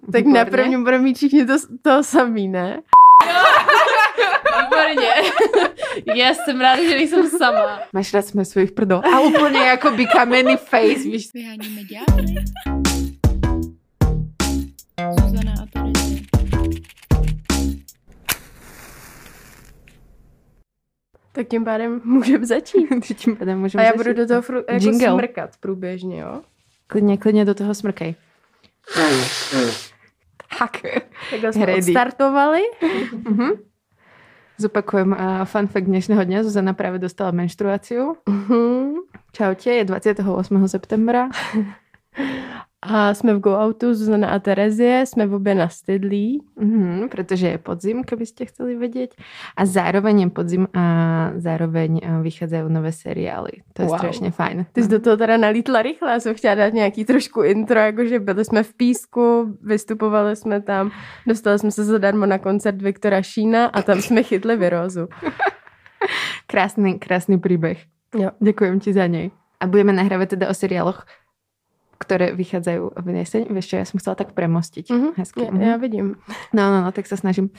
Tak na prvním budeme mít všichni to samý, ne? Výborně. Já jsem ráda, že nejsem sama. Máš rád jsme svojich prdol. A úplně jako by kamenný face, víš. Vyháníme ďábly. Zuzana a Terezie. Tak tím pádem můžeme začít. A já budu do toho jako smrkat průběžně, jo? Klidně do toho smrkej. Tak jsme odstartovali. Zopakujem fun fact dnešného dňa. Zuzana právě dostala menštruáciu. Čaute, je 28. septembra. A jsme v Go Outu, Zuzana a Terezie, jsme v obě na stydlí. Protože je podzim, keby ste chceli vedieť. A zároveň je podzim a zároveň vychádzajú nové seriály. To je strašně fajn. Ty jsi do toho teda nalítla rychle, já jsem chtěla dát nějaký trošku intro, jakože byli jsme v Písku, vystupovali jsme tam, dostali jsme se zadarmo na koncert Viktora Šína a tam jsme chytli virózu. Krásný príbeh. Jo. Ďakujem ti za nej. A budeme nahrávať teda o seriáloch, ktoré vychádzajú v jeseň. Vieš čo, ja som chcela tak premostiť. Hezky. Ja vidím. No, tak sa snažím.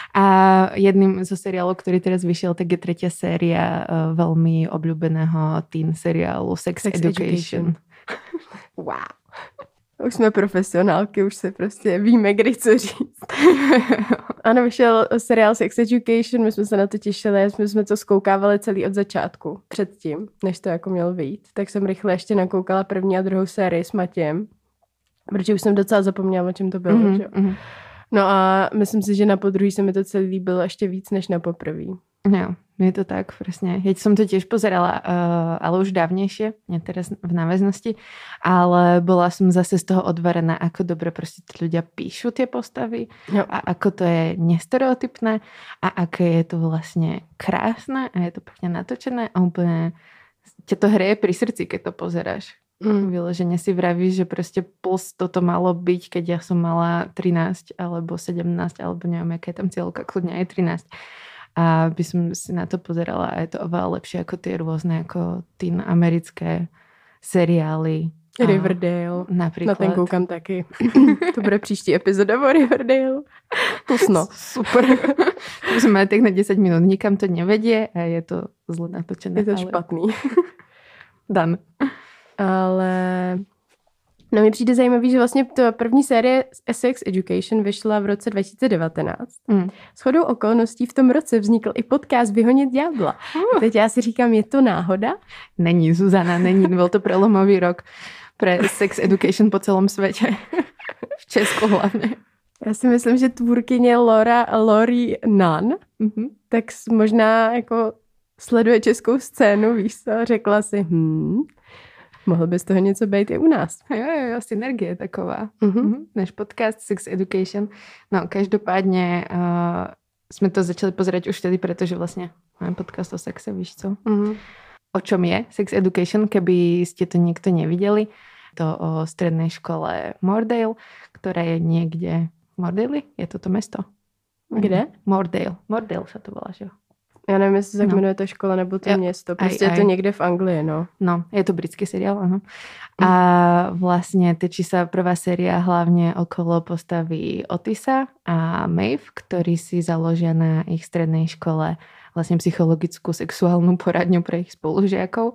A jedným zo seriálov, ktorý teraz vyšiel, tak je tretia séria veľmi obľúbeného teen seriálu Sex Education. Wow. Už jsme profesionálky, už se prostě víme, kdy co říct. Ano, vyšel seriál Sex Education, my jsme se na to těšili, my jsme to zkoukávali celý od začátku, předtím, než to jako mělo vyjít. Tak jsem rychle ještě nakoukala první a druhou sérii s Matějem, protože už jsem docela zapomněla, o čem to bylo. Že? No a myslím si, že na podruhý se mi to celý líbilo ještě víc, než na poprvý. No, je to tak, presne. Ja som to tiež pozerala, ale už dávnejšie, nie teraz v náväznosti, ale bola som zase z toho odvarená, ako dobre proste tí ľudia píšu tie postavy a ako to je nestereotypné a aké je to vlastne krásne a je to pekne natočené a úplne ťa to hreje pri srdci, keď to pozeráš. Vyložene si vravíš, že proste plus toto malo byť, keď ja som mala 13 alebo 17 alebo neviem, aká je tam cieľka, kľudne aj 13. A by som si na to pozerala a je to oveľa lepšie ako tie rôzne ako teen americké seriály. Riverdale. Napríklad. Na ten koukám taky. To bude příští epizoda o Riverdale. Pusno. Super. To sme tak na 10 minút. Nikam to nevedie a je to zle natočené. Je to špatný. Dan. Ale... No mi přijde zajímavý, že vlastně ta první série Sex Education vyšla v roce 2019. Shodou okolností v tom roce vznikl i podcast Vyhonit ďábla. Teď já si říkám, je to náhoda? Není, Zuzana, není. Byl to prelomový rok pre Sex Education po celom světě. V Česku hlavně. Já si myslím, že tvůrkyně Lori Nunn, tak možná jako sleduje českou scénu, víš co, řekla si, mohl by z toho něco být i u nás. Jo, synergie taková. Náš podcast Sex Education. No, každopádně jsme to začali pozerať už vtedy, protože vlastně máme podcast o sexe, víš co? O čom je Sex Education, keby ste to niekto nevideli. To o strednej škole Moordale, ktorá je niekde... Moordale? Je toto mesto? Kde? Moordale sa to volá, že jo? Já nevím, jestli se jmenuje ta škola nebo to město. Prostě je to někde v Anglii, no. No, je to britský seriál, áno. A vlastne tečí sa prvá séria hlavne okolo postavy Otisa a Maeve, ktorí si založia na ich strednej škole vlastne psychologickú sexuálnu poradňu pre ich spolužiakov.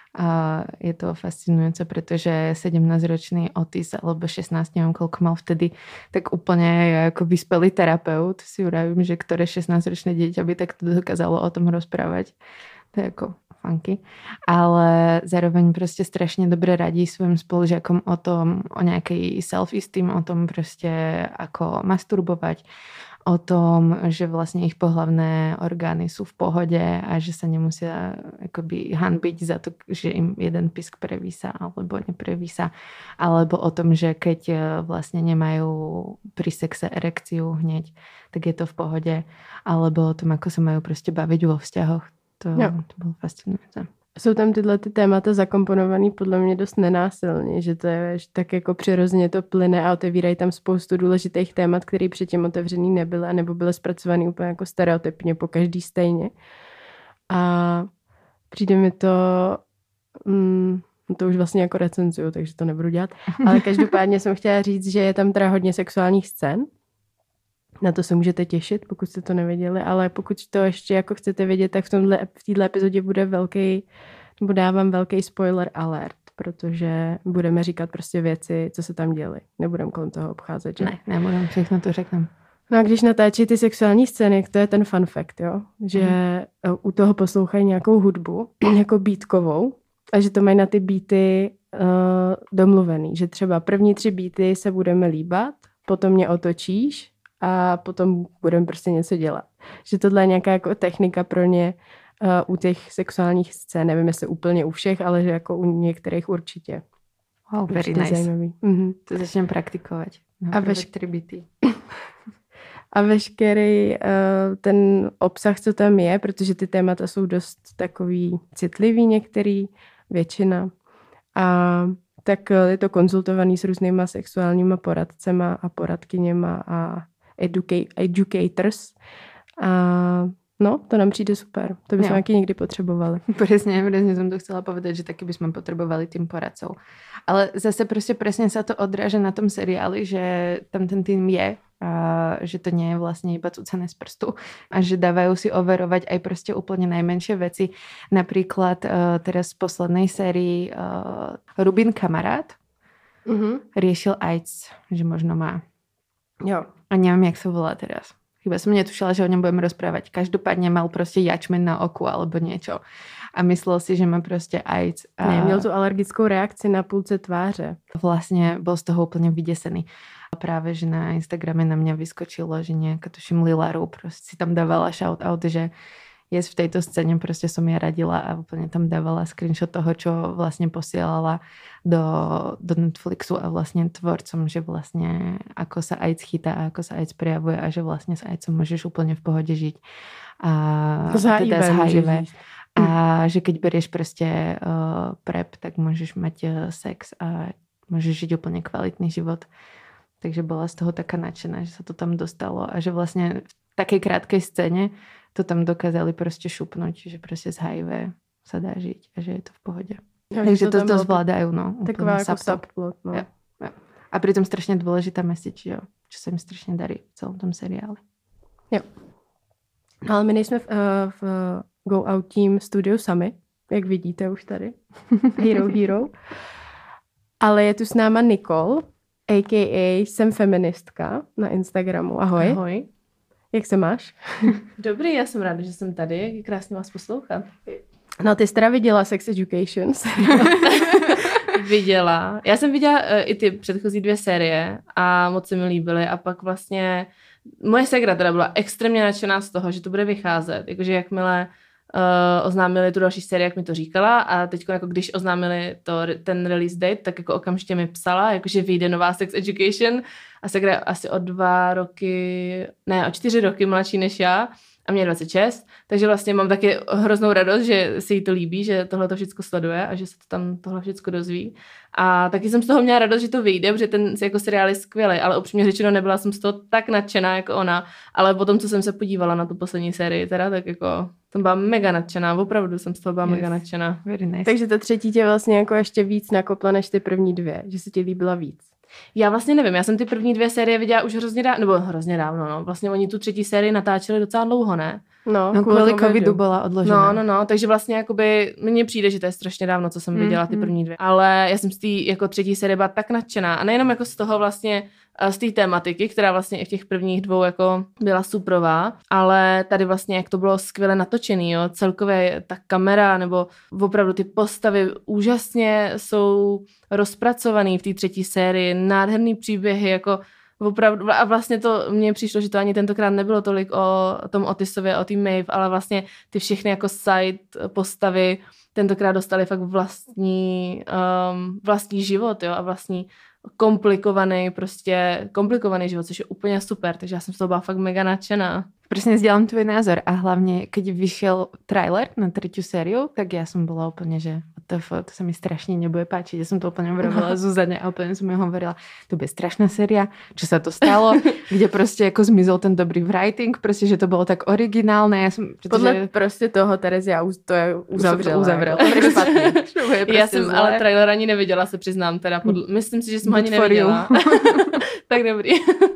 A je to fascinujúce, pretože 17-ročný Otis alebo 16, neviem koľko mal vtedy, tak úplne je ako vyspelý terapeut. Si uravím, že ktoré 16-ročné dieťa by takto dokázalo o tom rozprávať. To je ako funky. Ale zároveň proste strašne dobre radí svojim spolužiakom o tom, o nejakej self-esteem, o tom proste ako masturbovať, o tom, že vlastne ich pohlavné orgány sú v pohode a že sa nemusia akoby hanbiť za to, že im jeden pisk prevísa alebo neprevísa. Alebo o tom, že keď vlastne nemajú pri sexe erekciu hneď, tak je to v pohode. Alebo o tom, ako sa majú proste baviť vo vzťahoch. To bylo fascinujúce. Jsou tam tyhle ty témata zakomponovaný podle mě dost nenásilně, že to je že tak jako přirozeně to plyne a otevírají tam spoustu důležitých témat, které předtím otevřený nebyly, nebo byly zpracovaný úplně jako stereotypně, po každý stejně. A přijde mi to No to už vlastně jako recenzuju, takže to nebudu dělat. Ale každopádně jsem chtěla říct, že je tam teda hodně sexuálních scén. Na to se můžete těšit, pokud jste to nevěděli, ale pokud to ještě jako chcete vědět, tak v této epizodě bude dávám velký spoiler alert, protože budeme říkat prostě věci, co se tam děly. Nebudeme kolem toho obcházet, že? Ne, nebudeme, všechno to řekneme. No a když natáčí ty sexuální scény, to je ten fun fact, jo? Že u toho poslouchají nějakou hudbu, jako beatkovou, a že to mají na ty beaty domluvený, že třeba první 3 beaty se budeme líbat, potom mě otočíš a potom budeme prostě něco dělat. Že tohle je nějaká jako technika pro ně u těch sexuálních scén, nevím, jestli úplně u všech, ale že jako u některých určitě. Wow, very určitě nice. Zajímavý. To začnem praktikovat. No, A A veškerý ten obsah, co tam je, protože ty témata jsou dost takový citlivý některý, většina. A tak je to konzultovaný s různýma sexuálníma poradcema a poradkyněma a educators. A no, to nám přijde super. To bychom taky někdy potřebovali. Presne som to chcela povedať, že taky bychom potrebovali tým poradcov. Ale zase presne sa to odráža na tom seriáli, že tam ten tým je a že to nie je vlastne iba cucané z prstu a že dávajú si overovať aj proste úplne najmenšie veci. Napríklad teraz v poslednej sérii Rubin kamarát riešil AIDS, že možno má. Jo. A neviem, jak sa volá teraz. Chyba som netušila, že o ňom budeme rozprávať. Každopádne mal proste jačmen na oku alebo niečo. A myslel si, že má proste AIDS. A ne, měl tu alergickou reakci na půlce tváře. Vlastne bol z toho úplne vydesený. Práve, že na Instagrame na mňa vyskočilo, že nejaká tuším Lilaru proste si tam dávala shoutout, že v tejto scéne proste som ja radila a úplne tam dávala screenshot toho, čo vlastne posielala do Netflixu a vlastne tvorcom, že vlastne ako sa AIDS chytá a ako sa AIDS prejavuje a že vlastne s AIDSom môžeš úplne v pohode žiť. A teda z HIV. A že keď berieš proste PrEP, tak môžeš mať sex a môžeš žiť úplne kvalitný život. Takže bola z toho taká nadšená, že sa to tam dostalo a že vlastne v takej krátkej scéne to tam dokázali proste šupnúť, že proste z HIV sa dá žiť a že je to v pohode. Ja, takže to zvládajú, no. Taková jako subplot, no. Ja. A pritom strašne dôležitá message, jo, čo sa im strašne darí v celom tom seriále. Jo. Ale my nejsme v Go Out Team studiu sami, jak vidíte už tady. Hero. Ale je tu s náma Nicole, a.k.a. jsem feministka na Instagramu. Ahoj. Ahoj. Jak se máš? Dobrý, já jsem ráda, že jsem tady. Je krásně vás poslouchat. No, ty jsi teda viděla Sex Education. Viděla. Já jsem viděla i ty předchozí 2 série a moc se mi líbily a pak vlastně moje ségra teda byla extrémně nadšená z toho, že to bude vycházet. Jakože jakmile oznámili tu další sérii, jak mi to říkala a teď jako když oznámili ten release date, tak jako okamžitě mi psala, jakože vyjde nová Sex Education a ségra asi o 4 roky mladší než já a mě je 26, takže vlastně mám taky hroznou radost, že se jí to líbí, že tohle to všechno sleduje a že se to tam tohle všechno dozví. A taky jsem z toho měla radost, že to vyjde, protože ten jako seriál je skvělý, ale upřímně řečeno nebyla jsem z toho tak nadšená jako ona, ale potom, co jsem se podívala na tu poslední sérii, teda, tak jako jsem byla mega nadšená, opravdu jsem z toho byla mega nadšená. Very nice. Takže ta třetí tě vlastně jako ještě víc nakopla než ty první 2, že se ti líbila víc. Já vlastně nevím, já jsem ty první 2 série viděla už hrozně dávno, no. Vlastně oni tu třetí sérii natáčeli docela dlouho, ne? No, kvůli covidu byla odložená. No, takže vlastně jakoby mně přijde, že to je strašně dávno, co jsem viděla ty první 2. Ale já jsem z té jako třetí série byla tak nadšená a nejenom jako z toho vlastně z té tématiky, která vlastně i v těch prvních 2 jako byla suprová, ale tady vlastně jak to bylo skvěle natočený, jo, celkově ta kamera nebo opravdu ty postavy úžasně jsou rozpracovaný v té třetí sérii, nádherný příběhy, jako opravdu, a vlastně to mně přišlo, že to ani tentokrát nebylo tolik o tom Otisově, o tým Maeve, ale vlastně ty všechny jako side postavy tentokrát dostali fakt vlastní život, jo, a vlastní komplikovaný život, což je úplně super, takže já jsem z toho byla fakt mega nadšená. Presne zdieľam tvoj názor a hlavne, keď vyšiel trailer na 3. sériu, tak ja som bola úplne, že what to sa mi strašne nebude páčiť. Ja som to úplne vravila Zuzane a úplne som jej hovorila, to bude strašná séria, čo sa to stalo, kde proste ako zmizol ten dobrý writing, proste, že to bolo tak originálne. Ja som, podle prostě toho Terezia to je uzavřela. Já jsem ale trailer ani neviděla, se přiznám. Teda myslím si, že jsem ho ani neviděla. Tak dobrý.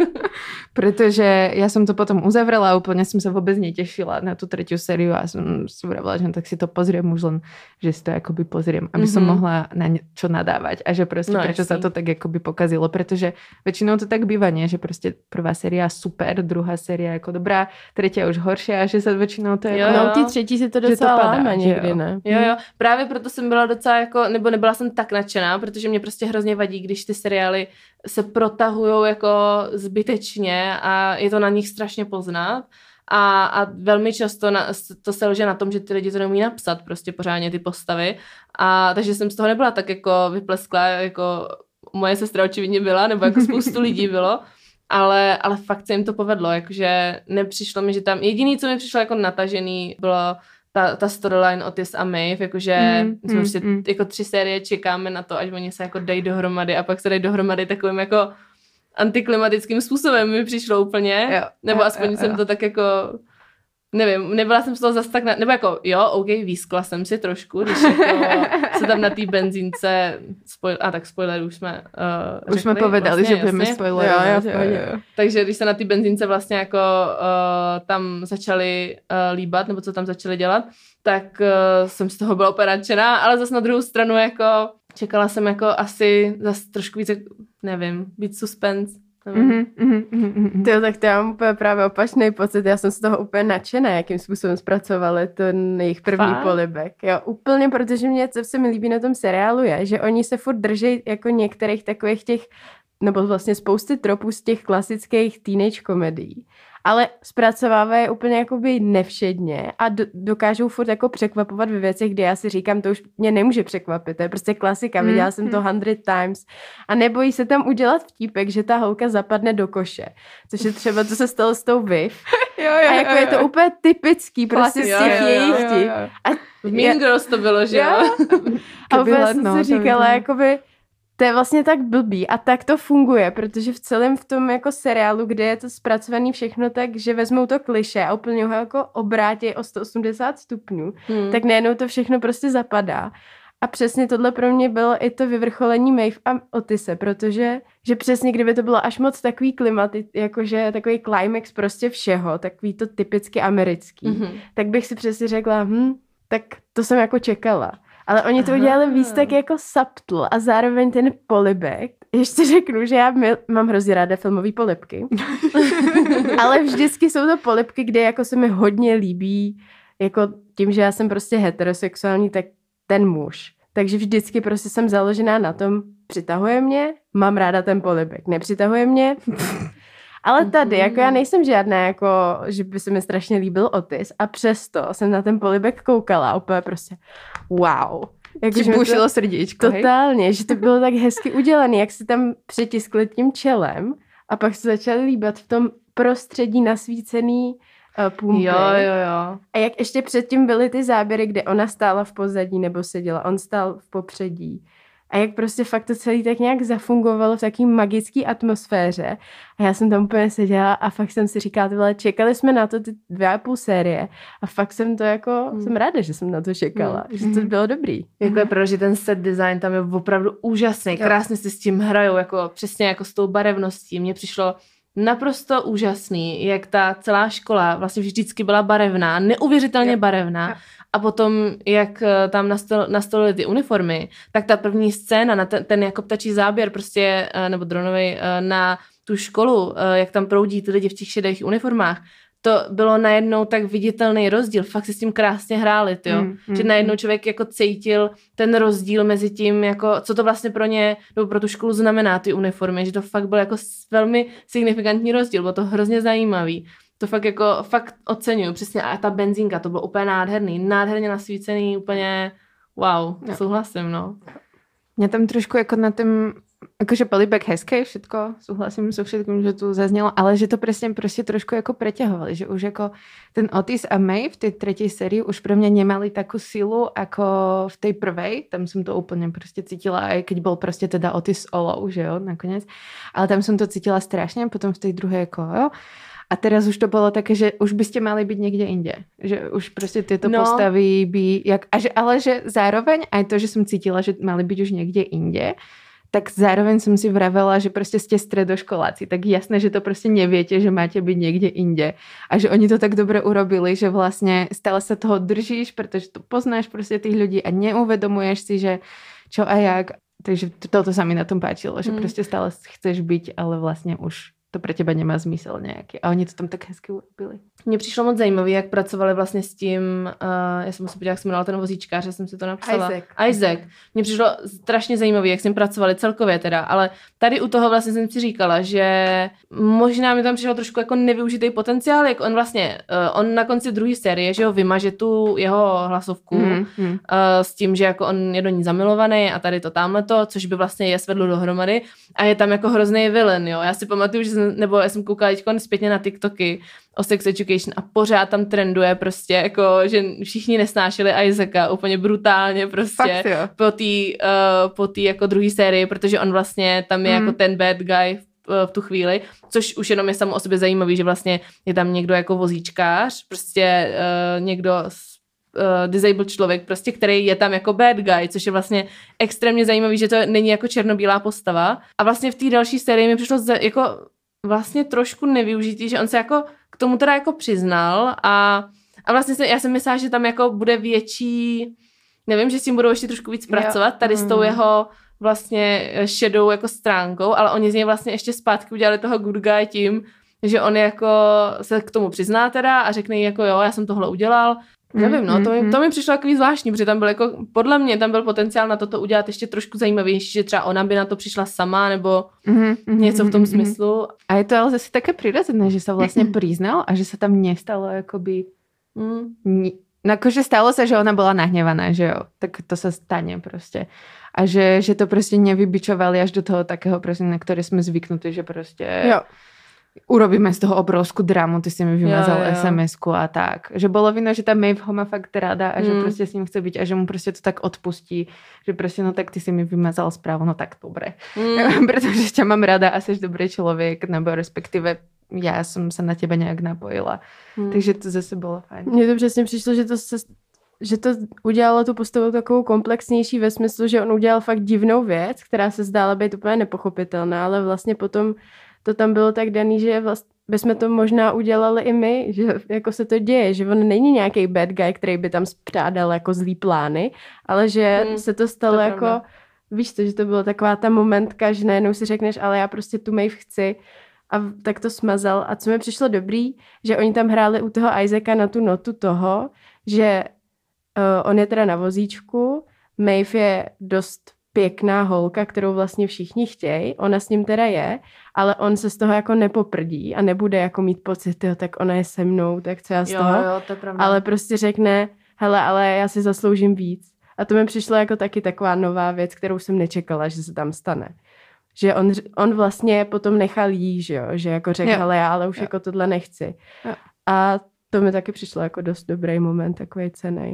Pretože ja som to potom uzavrela a úplne som sa vôbec netešila na tú tretiu sériu a som si vravila, že tak si to pozriem už len, že si to akoby pozriem, aby som mohla na čo nadávať a že proste prečo sa to tak akoby pokazilo, pretože väčšinou to tak býva, nie? Že proste prvá séria super, druhá séria ako dobrá, tretia už horšia a že sa väčšinou to je no ty třetí si to docela láme někdy, ne? Jo, právě proto jsem byla docela jako, nebo nebyla jsem tak nadšená, protože mě prostě hrozně vadí, když ty seriály se protahujou jako zbytečně a je to na nich strašně poznat a velmi často to se lže na tom, že ty lidi to neumí napsat prostě pořádně ty postavy a takže jsem z toho nebyla tak jako vyplesklá, jako moje sestra očividně byla, nebo jako spoustu lidí bylo, ale fakt se jim to povedlo, jakože nepřišlo mi, že tam jediný, co mi přišlo jako natažený, bylo ta storyline Otis a Maeve, jakože jsme prostě jako 3 série čekáme na to, až oni se jako dají dohromady a pak se dají dohromady takovým jako antiklimatickým způsobem mi přišlo úplně, nebo aspoň jsem to tak jako nevím, nebyla jsem z toho zase tak, nebo jako jo, OK, výskla jsem si trošku, když jako se tam na té benzínce, tak spoiler už jsme řekli, už jsme povedali, vlastně, že budeme spoilerovat. Takže když se na té benzínce vlastně jako tam začali líbat, nebo co tam začali dělat, tak jsem z toho byla úplně nadšená, ale zase na druhou stranu jako čekala jsem jako asi zase trošku víc, nevím, víc suspense. Tak to já mám úplně právě opačný pocit, já jsem z toho úplně nadšená, jakým způsobem zpracovali ten jejich první polibek. Jo, úplně, protože mě, co se mi líbí na tom seriálu je, že oni se furt drží jako některých takových těch, nebo vlastně spousty tropů z těch klasických teenage komedií, ale zpracovávají úplně jakoby nevšedně a dokážou furt jako překvapovat ve věcech, kdy já si říkám, to už mě nemůže překvapit, to je prostě klasika, viděla jsem to 100 times a nebojí se tam udělat vtípek, že ta holka zapadne do koše, což je třeba, co se stalo s tou Viv. A jako je to úplně typický, prostě z těch jejich vtip. V Mean Girls to bylo, že jo? A úplně jsem si říkala, jakoby to je vlastně tak blbý a tak to funguje, protože v celém v tom jako seriálu, kde je to zpracovaný všechno tak, že vezmou to klišé a úplně ho jako obrátí o 180 stupňů, tak najednou to všechno prostě zapadá. A přesně tohle pro mě bylo i to vyvrcholení Maeve a Otise, protože že přesně kdyby to bylo až moc takový klimat, jakože takový climax prostě všeho, takový to typicky americký, tak bych si přesně řekla, tak to jsem jako čekala. Ale oni to udělali víc tak jako subtle a zároveň ten polibek. Ještě řeknu, že já mám hrozně ráda filmové polibky. Ale vždycky jsou to polibky, kde jako se mi hodně líbí, jako tím, že já jsem prostě heterosexuální, tak ten muž. Takže vždycky prostě jsem založená na tom, přitahuje mě, mám ráda ten polibek. Nepřitahuje mě. Ale tady, jako já nejsem žádná, jako, že by se mi strašně líbil Otis a přesto jsem na ten polibek koukala a úplně prostě wow. Jako, že bušilo srdíčko, totálně, hej? Že to bylo tak hezky udělané, jak se tam přitiskli tím čelem a pak se začali líbat v tom prostředí nasvícený pumpy. Jo. A jak ještě předtím byly ty záběry, kde ona stála v pozadí nebo seděla, on stál v popředí. A jak prostě fakt to celý tak nějak zafungovalo v taký magické atmosféře. A já jsem tam úplně seděla a fakt jsem si říkala, čekali jsme na to ty 2,5 série a fakt jsem to jako, jsem ráda, že jsem na to čekala, že to bylo dobrý. Jako je pravda, že ten set design tam je opravdu úžasný, krásně si s tím hrajou, jako přesně jako s tou barevností. Mně přišlo naprosto úžasný, jak ta celá škola vlastně vždycky byla barevná, neuvěřitelně barevná. A potom, jak tam nastolili ty uniformy, tak ta první scéna, na ten jako ptačí záběr prostě, nebo dronový na tu školu, jak tam proudí ty lidi v těch šedých uniformách, to bylo najednou tak viditelný rozdíl. Fakt si s tím krásně hráli, že najednou člověk jako cítil ten rozdíl mezi tím, jako, co to vlastně pro ně, nebo pro tu školu znamená ty uniformy, že to fakt byl jako velmi signifikantní rozdíl, bylo to hrozně zajímavý. To fakt oceňuju, přesně. A ta benzínka, to bylo úplně nádherný, nádherně nasvícený, úplně wow, souhlasím, no. Mňa tam trošku jako na tom Akože polibek hezké, všetko, súhlasím so všetkým, že tu zaznelo, ale že to presne proste trošku ako preťahovali, že už ako ten Otis a May v tej tretej sérii už pre mňa nemali takú silu ako v tej prvej, tam som to úplne proste cítila, aj keď bol proste teda Otis Olou, že jo, nakoniec, ale tam som to cítila strašne, potom v tej druhej ako jo. A teraz už to bolo také, že už by ste mali byť niekde inde. Že už proste tieto postavy by... ale že zároveň aj to, že som cítila, že mali byť už niekde inde, tak zároveň som si vravela, že proste ste stredoškoláci. Tak jasné, že to proste neviete, že máte byť niekde inde. A že oni to tak dobre urobili, že vlastne stále sa toho držíš, pretože to poznáš proste tých ľudí a neuvedomuješ si, že čo a jak. Takže toto sa mi na tom páčilo, že proste stále chceš byť, ale vlastne už to pro teba nemá zmysel nějaký. A oni to tam tak hezky urobili. Mně přišlo moc zajímavé, jak pracovali vlastně s tím, já jsem musím podívat, jak jsem jmenovala ten vozíčkář, že jsem si to napsala. Isaac. Mně přišlo strašně zajímavé, jak s ním pracovali celkově teda, ale tady u toho vlastně jsem si říkala, že možná mi tam přišlo trošku jako nevyužitý potenciál, jak on vlastně, on na konci druhé série, že ho vymaže tu jeho hlasovku s tím, že jako on je do ní zamilovaný a tady to tamhleto, což by vlastně je svedlo dohromady a je tam jako hrozný villain, jo. Já si pamatuju, že já jsem koukala teďko zpětně na TikToky o Sex Education a pořád tam trenduje prostě, jako, že všichni nesnášeli Isaaca úplně brutálně prostě po té jako druhé sérii, protože on vlastně tam je jako ten bad guy v tu chvíli, což už jenom je samo o sobě zajímavý, že vlastně je tam někdo jako vozíčkář, prostě někdo disabled člověk, prostě, který je tam jako bad guy, což je vlastně extrémně zajímavý, že to není jako černobílá postava. A vlastně v té další sérii mi přišlo jako vlastně trošku nevyužitý, že on se jako k tomu teda jako přiznal a vlastně já jsem myslela, že tam jako bude větší, nevím, že s tím budou ještě trošku víc pracovat, tady s tou jeho vlastně šedou jako stránkou, ale oni z něj vlastně ještě zpátky udělali toho good guy tím, že on jako se k tomu přizná teda a řekne jí jako jo, já jsem tohle udělal. Nevím, no, to mi přišlo takový zvláštní, protože tam byl jako, podle mě tam byl potenciál na toto udělat ještě trošku zajímavější, že třeba ona by na to přišla sama, nebo něco v tom smyslu. A je to ale zase také prirodzené, že sa vlastne priznal a že sa tam nestalo akoby... Akože stalo sa, že ona bola nahnevaná, že jo, tak to sa stane proste. A že to proste nevybičovali až do toho takého proste, na ktoré sme zvyknutí, že proste... Jo. Urobíme z toho obrovskú dramu, ty si mi vymazal SMS-ku a tak. Že bolo vidno, že tá Maeve ho má fakt rada a že proste s ním chce byť a že mu proste to tak odpustí, že proste no tak ty si mi vymazal správu, no tak dobre. Pretože ťa mám rada a seš dobrý človek, nebo respektíve ja som sa na teba nejak napojila. Takže to zase bolo fajn. Mně to přesně přišlo, že to udělalo tu postavu takovou komplexnější ve smyslu, že on udělal fakt divnou věc, která se zdála být úplně nepochopitelná, ale vlastně potom to tam bylo tak daný, že vlastně bychom to možná udělali i my, že jako se to děje, že on není nějaký bad guy, který by tam spřádal jako zlý plány, ale že se to stalo to jako, pravda. Víš to, že to bylo taková ta momentka, že najednou si řekneš, ale já prostě tu Maeve chci a tak to smazal. A co mi přišlo dobrý, že oni tam hráli u toho Isaaca na tu notu toho, že on je teda na vozíčku, Maeve je dost pěkná holka, kterou vlastně všichni chtějí, ona s ním teda je, ale on se z toho jako nepoprdí a nebude jako mít pocit, jo, tak ona je se mnou, tak co já z toho, to je pravda. Ale prostě řekne, hele, ale já si zasloužím víc. A to mi přišlo jako taky taková nová věc, kterou jsem nečekala, že se tam stane. Že on vlastně potom nechal jí, že jo, že jako řekl, hele, já ale už jako tohle nechci. Jo. A to mi taky přišlo jako dost dobrý moment, takovej cennej.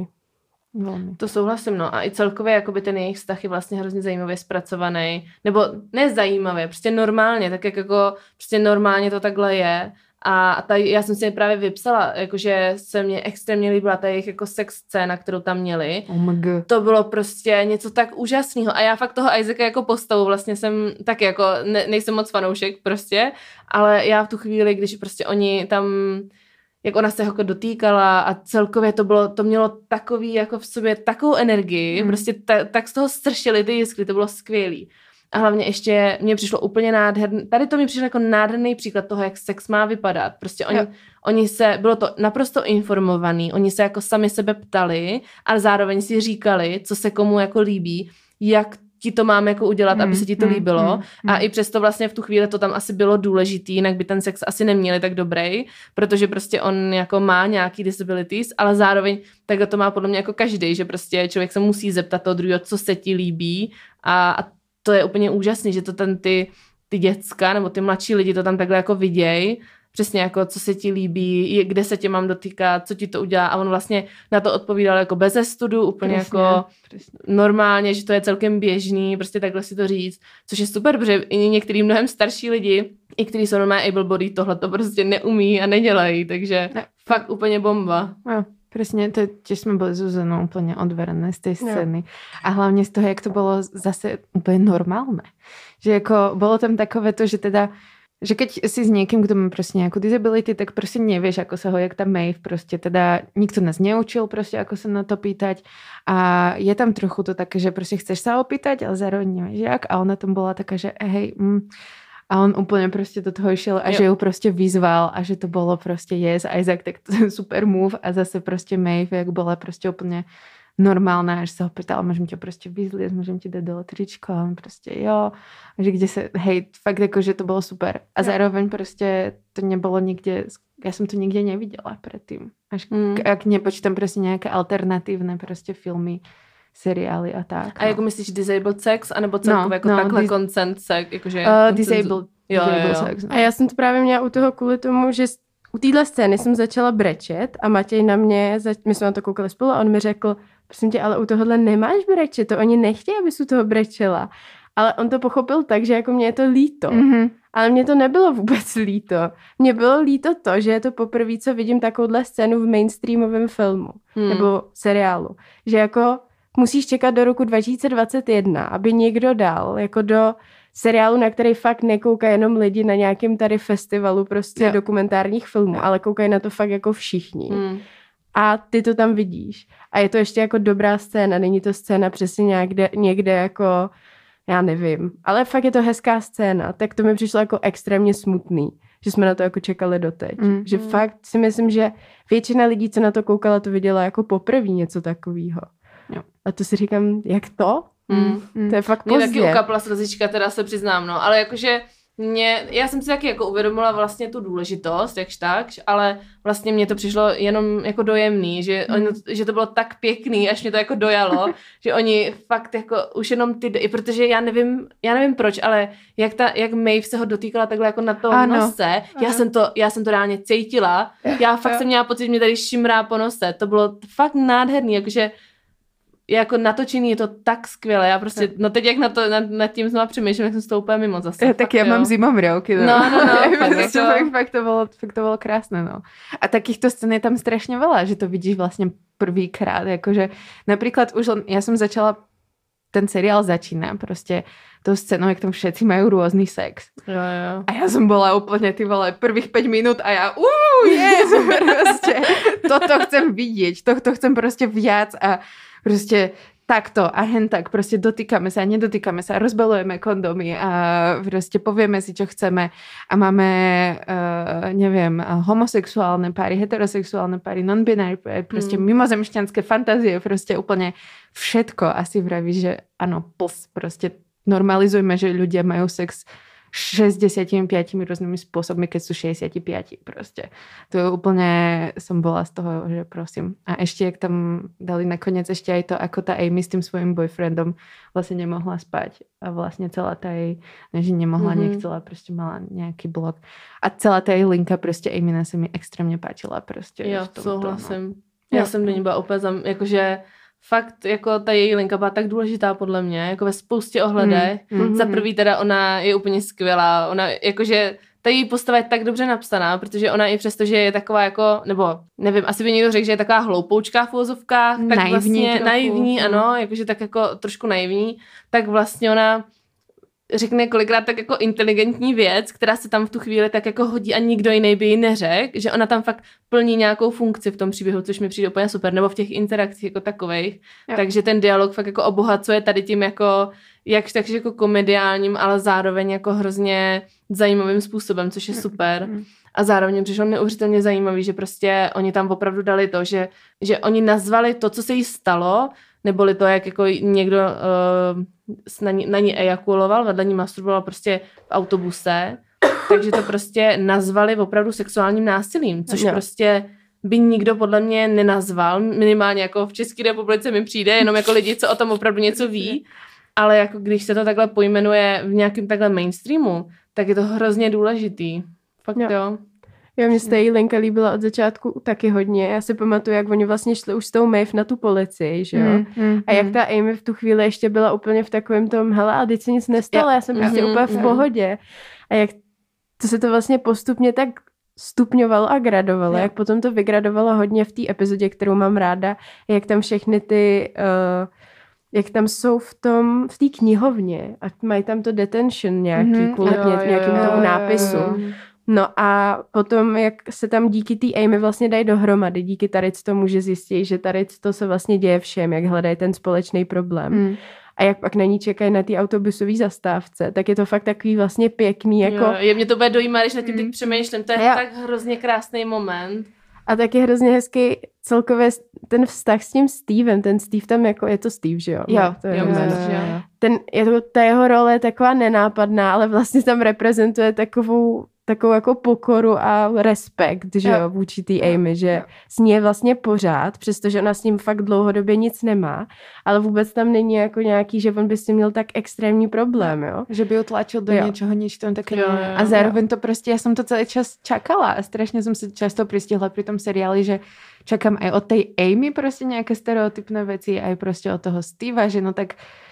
To souhlasím, no. A i celkově jakoby ten jejich vztah je vlastně hrozně zajímavě zpracovaný. Nebo ne zajímavě, prostě normálně, tak jak jako prostě normálně to takhle je. A já jsem si je právě vypsala, jakože se mně extrémně líbila ta jejich jako sex scéna, kterou tam měli. Oh my God. To bylo prostě něco tak úžasného. A já fakt toho Isaaca jako postavu vlastně jsem taky jako, nejsem moc fanoušek prostě, ale já v tu chvíli, když prostě oni tam... jak ona se jako dotýkala a celkově to mělo takový jako v sobě takovou energii, prostě tak z toho stršily ty jiskry, to bylo skvělý. A hlavně ještě mně přišlo úplně nádherný, tady to mi přišlo jako nádherný příklad toho, jak sex má vypadat. Prostě bylo to naprosto informovaný, oni se jako sami sebe ptali, ale zároveň si říkali, co se komu jako líbí, jak ti to mám jako udělat, aby se ti to líbilo. A i přesto vlastně v tu chvíli to tam asi bylo důležitý, jinak by ten sex asi neměli tak dobrý, protože prostě on jako má nějaký disabilities, ale zároveň takhle to má podle mě jako každý, že prostě člověk se musí zeptat toho druhého, co se ti líbí a to je úplně úžasný, že to ty děcka nebo ty mladší lidi to tam takhle jako vidějí, přesně jako co se ti líbí, kde se tě mám dotýkat, co ti to udělá a on vlastně na to odpovídal jako beze studu, úplně přesně. Normálně, že to je celkem běžný, prostě takhle si to říct, což je super, protože i některý mnohem starší lidi, i kteří jsou normálně able-bodied, tohle to prostě neumí a nedělají, takže fakt úplně bomba. Jo. Presne, to tiež sme boli Zuzanou úplne odverené z tej scény. A hlavne z toho, jak to bolo zase úplne normálne. Že ako bolo tam takové to, že teda že keď si s niekým, kto má proste nejakú disability, tak proste nevieš, ako sa ho, jak tá Maeve, proste teda nikto nás neučil proste, ako sa na to pýtať a je tam trochu to také, že proste chceš sa opýtať, ale zároveň nevieš jak a ona tam bola taká, že hej, a on úplne proste do toho išiel a že ju proste vyzval a že to bolo proste yes, Isaac, tak to je super move a zase proste Maeve, jak bola proste úplne normálna, až sa ho pýtala, môžem ťa proste vyzliecť, môžem ti dať dole tričko a on proste jo, a že kde sa, hej, fakt ako, že to bolo super a zároveň proste to nebolo nikde, ja som to nikde nevidela predtým, až ak nepočítam proste nejaké alternatívne proste filmy, seriály a tak. A jako myslíš disabled sex, anebo celkově jako takhle consent sex? Jakože disabled sex. No. A já jsem to právě měla u toho kvůli tomu, že u téhle scény jsem začala brečet a Matěj na mě, my jsme na to koukali spolu a on mi řekl, prosím tě, ale u tohohle nemáš brečet, to oni nechtějí, abys u toho brečela. Ale on to pochopil tak, že jako mě je to líto. Mm-hmm. Ale mně to nebylo vůbec líto. Mně bylo líto to, že je to poprvé, co vidím takovouhle scénu v mainstreamovém filmu nebo seriálu. Že jako musíš čekat do roku 2021, aby někdo dal jako do seriálu, na který fakt nekoukají jenom lidi na nějakém tady festivalu prostě dokumentárních filmů, ale koukají na to fakt jako všichni. A ty to tam vidíš. A je to ještě jako dobrá scéna, není to scéna přesně někde jako, já nevím, ale fakt je to hezká scéna, tak to mi přišlo jako extrémně smutný, že jsme na to jako čekali doteď. Že fakt si myslím, že většina lidí, co na to koukala, to viděla jako poprvé něco takového. Jo. A to si říkám, jak to? To je fakt pozdě. Mě taky ukapla slzička, teda se přiznám, no. Ale jakože já jsem si taky jako uvědomila vlastně tu důležitost, jakž tak, ale vlastně mně to přišlo jenom jako dojemný, že to bylo tak pěkný, až mě to jako dojalo, že oni fakt jako už jenom protože já nevím proč, ale jak Maeve se ho dotýkala takhle jako na tom nose, já jsem to reálně cítila, já fakt jsem měla pocit, že mě tady šimrá po nose, to bylo fakt nádherný, jakože jako natočený je to tak skvěle, já prostě, no teď jak nad tím znovu přemýšlím, jak jsem to úplně mimo zase. Tak já mám zimomriavky. No. Fakt to bolo krásne, no. A takýchto scén je tam strašne veľa, že to vidíš vlastne prvýkrát, akože napríklad už len, ja som začala, ten seriál začína proste tou scénou, jak tam všetci majú rôzny sex. Jo. A ja som bola úplne, ty vole, prvých 5 minút a ja, super, proste, toto chcem vidieť, tohto chcem proste viac a proste takto a hen tak, proste dotýkame sa, nedotýkame sa, rozbalujeme kondomy a proste povieme si, čo chceme a máme, neviem, homosexuálne páry, heterosexuálne páry, non-binary páry, proste mimozemšťanské fantázie, proste úplne všetko asi vraví, že áno, proste normalizujme, že ľudia majú sex 65 rôznymi spôsobmi, keď sú 65 proste. To je úplne, som bola z toho, že prosím. A ešte, jak tam dali nakoniec ešte aj to, ako tá Amy s tým svojím boyfriendom vlastne nemohla spať. A vlastne celá tá jej, že nemohla, nechcela, proste mala nejaký blok. A celá tá jej linka proste Amy sa mi extrémne páčila proste. Jo, souhlasím. Já jsem do ní byla úplně jakože fakt jako ta její linka byla tak důležitá podle mě, jako ve spoustě ohledech. Za prvý teda ona je úplně skvělá, ona jakože ta její postava je tak dobře napsaná, protože ona i přesto, že je taková jako, nebo nevím, asi by někdo řekl, že je taková hloupoučka v uvozovkách, tak naivní vlastně trochu. Naivní, ano, jakože tak jako trošku naivní, tak vlastně ona řekne kolikrát tak jako inteligentní věc, která se tam v tu chvíli tak jako hodí a nikdo jiný by ji neřekl, že ona tam fakt plní nějakou funkci v tom příběhu, což mi přijde úplně super, nebo v těch interakcích jako takovejch. Takže ten dialog fakt jako obohacuje tady tím jako takže jako komediálním, ale zároveň jako hrozně zajímavým způsobem, což je super. A zároveň přišlo neuvěřitelně zajímavý, že prostě oni tam opravdu dali to, že oni nazvali to, co se jí stalo, neboli to, jak jako někdo na ní ejakuloval, vedle ní masturboval prostě v autobuse, takže to prostě nazvali opravdu sexuálním násilím, což prostě by nikdo podle mě nenazval, minimálně jako v České republice mi přijde, jenom jako lidi, co o tom opravdu něco ví. ale jako když se to takhle pojmenuje v nějakém takhle mainstreamu, tak je to hrozně důležitý. Fakt jo. Jo, mně se ta její linka líbila od začátku taky hodně. Já si pamatuju, jak oni vlastně šli už s tou Maeve na tu policii, že jo? A jak ta Amy v tu chvíli ještě byla úplně v takovém tom, hele, a teď se nic nestalo, já jsem prostě úplně v pohodě. A jak to se to vlastně postupně tak stupňovalo a gradovalo, jak potom to vygradovalo hodně v té epizodě, kterou mám ráda, jak tam všechny ty... jak tam jsou v té knihovně a mají tam to detention nějaký kvůli nějakým tomu nápisu. No a potom, jak se tam díky té Amy vlastně dají dohromady, díky tady to může zjistit, že tady to se vlastně děje všem, jak hledají ten společný problém. A jak pak na ní čekají na té autobusové zastávce, tak je to fakt takový vlastně pěkný. Jako... Jo, mě to bude dojímat, když na tím teď přemýšlím. To je tak hrozně krásný moment. A tak je hrozně hezký celkově ten vztah s tím Stevem. Ten Steve tam jako, je to Steve, že jo? Jo, to je ta jeho role je taková nenápadná, ale vlastně tam reprezentuje takovou jako pokoru a respekt, že jo, vůči té Amy, že s ní je vlastně pořád, přestože ona s ním fakt dlouhodobě nic nemá, ale vůbec tam není jako nějaký, že on by s tím měl tak extrémní problém, jo. Že by ju tlačil do něčeho, nič tam také a zároveň to prostě, já jsem to celý čas čakala a strašně jsem se často pristihla pri tom seriáli, že čakám aj od tej Amy prostě nějaké stereotypné věci, aj prostě od toho Steva, že no tak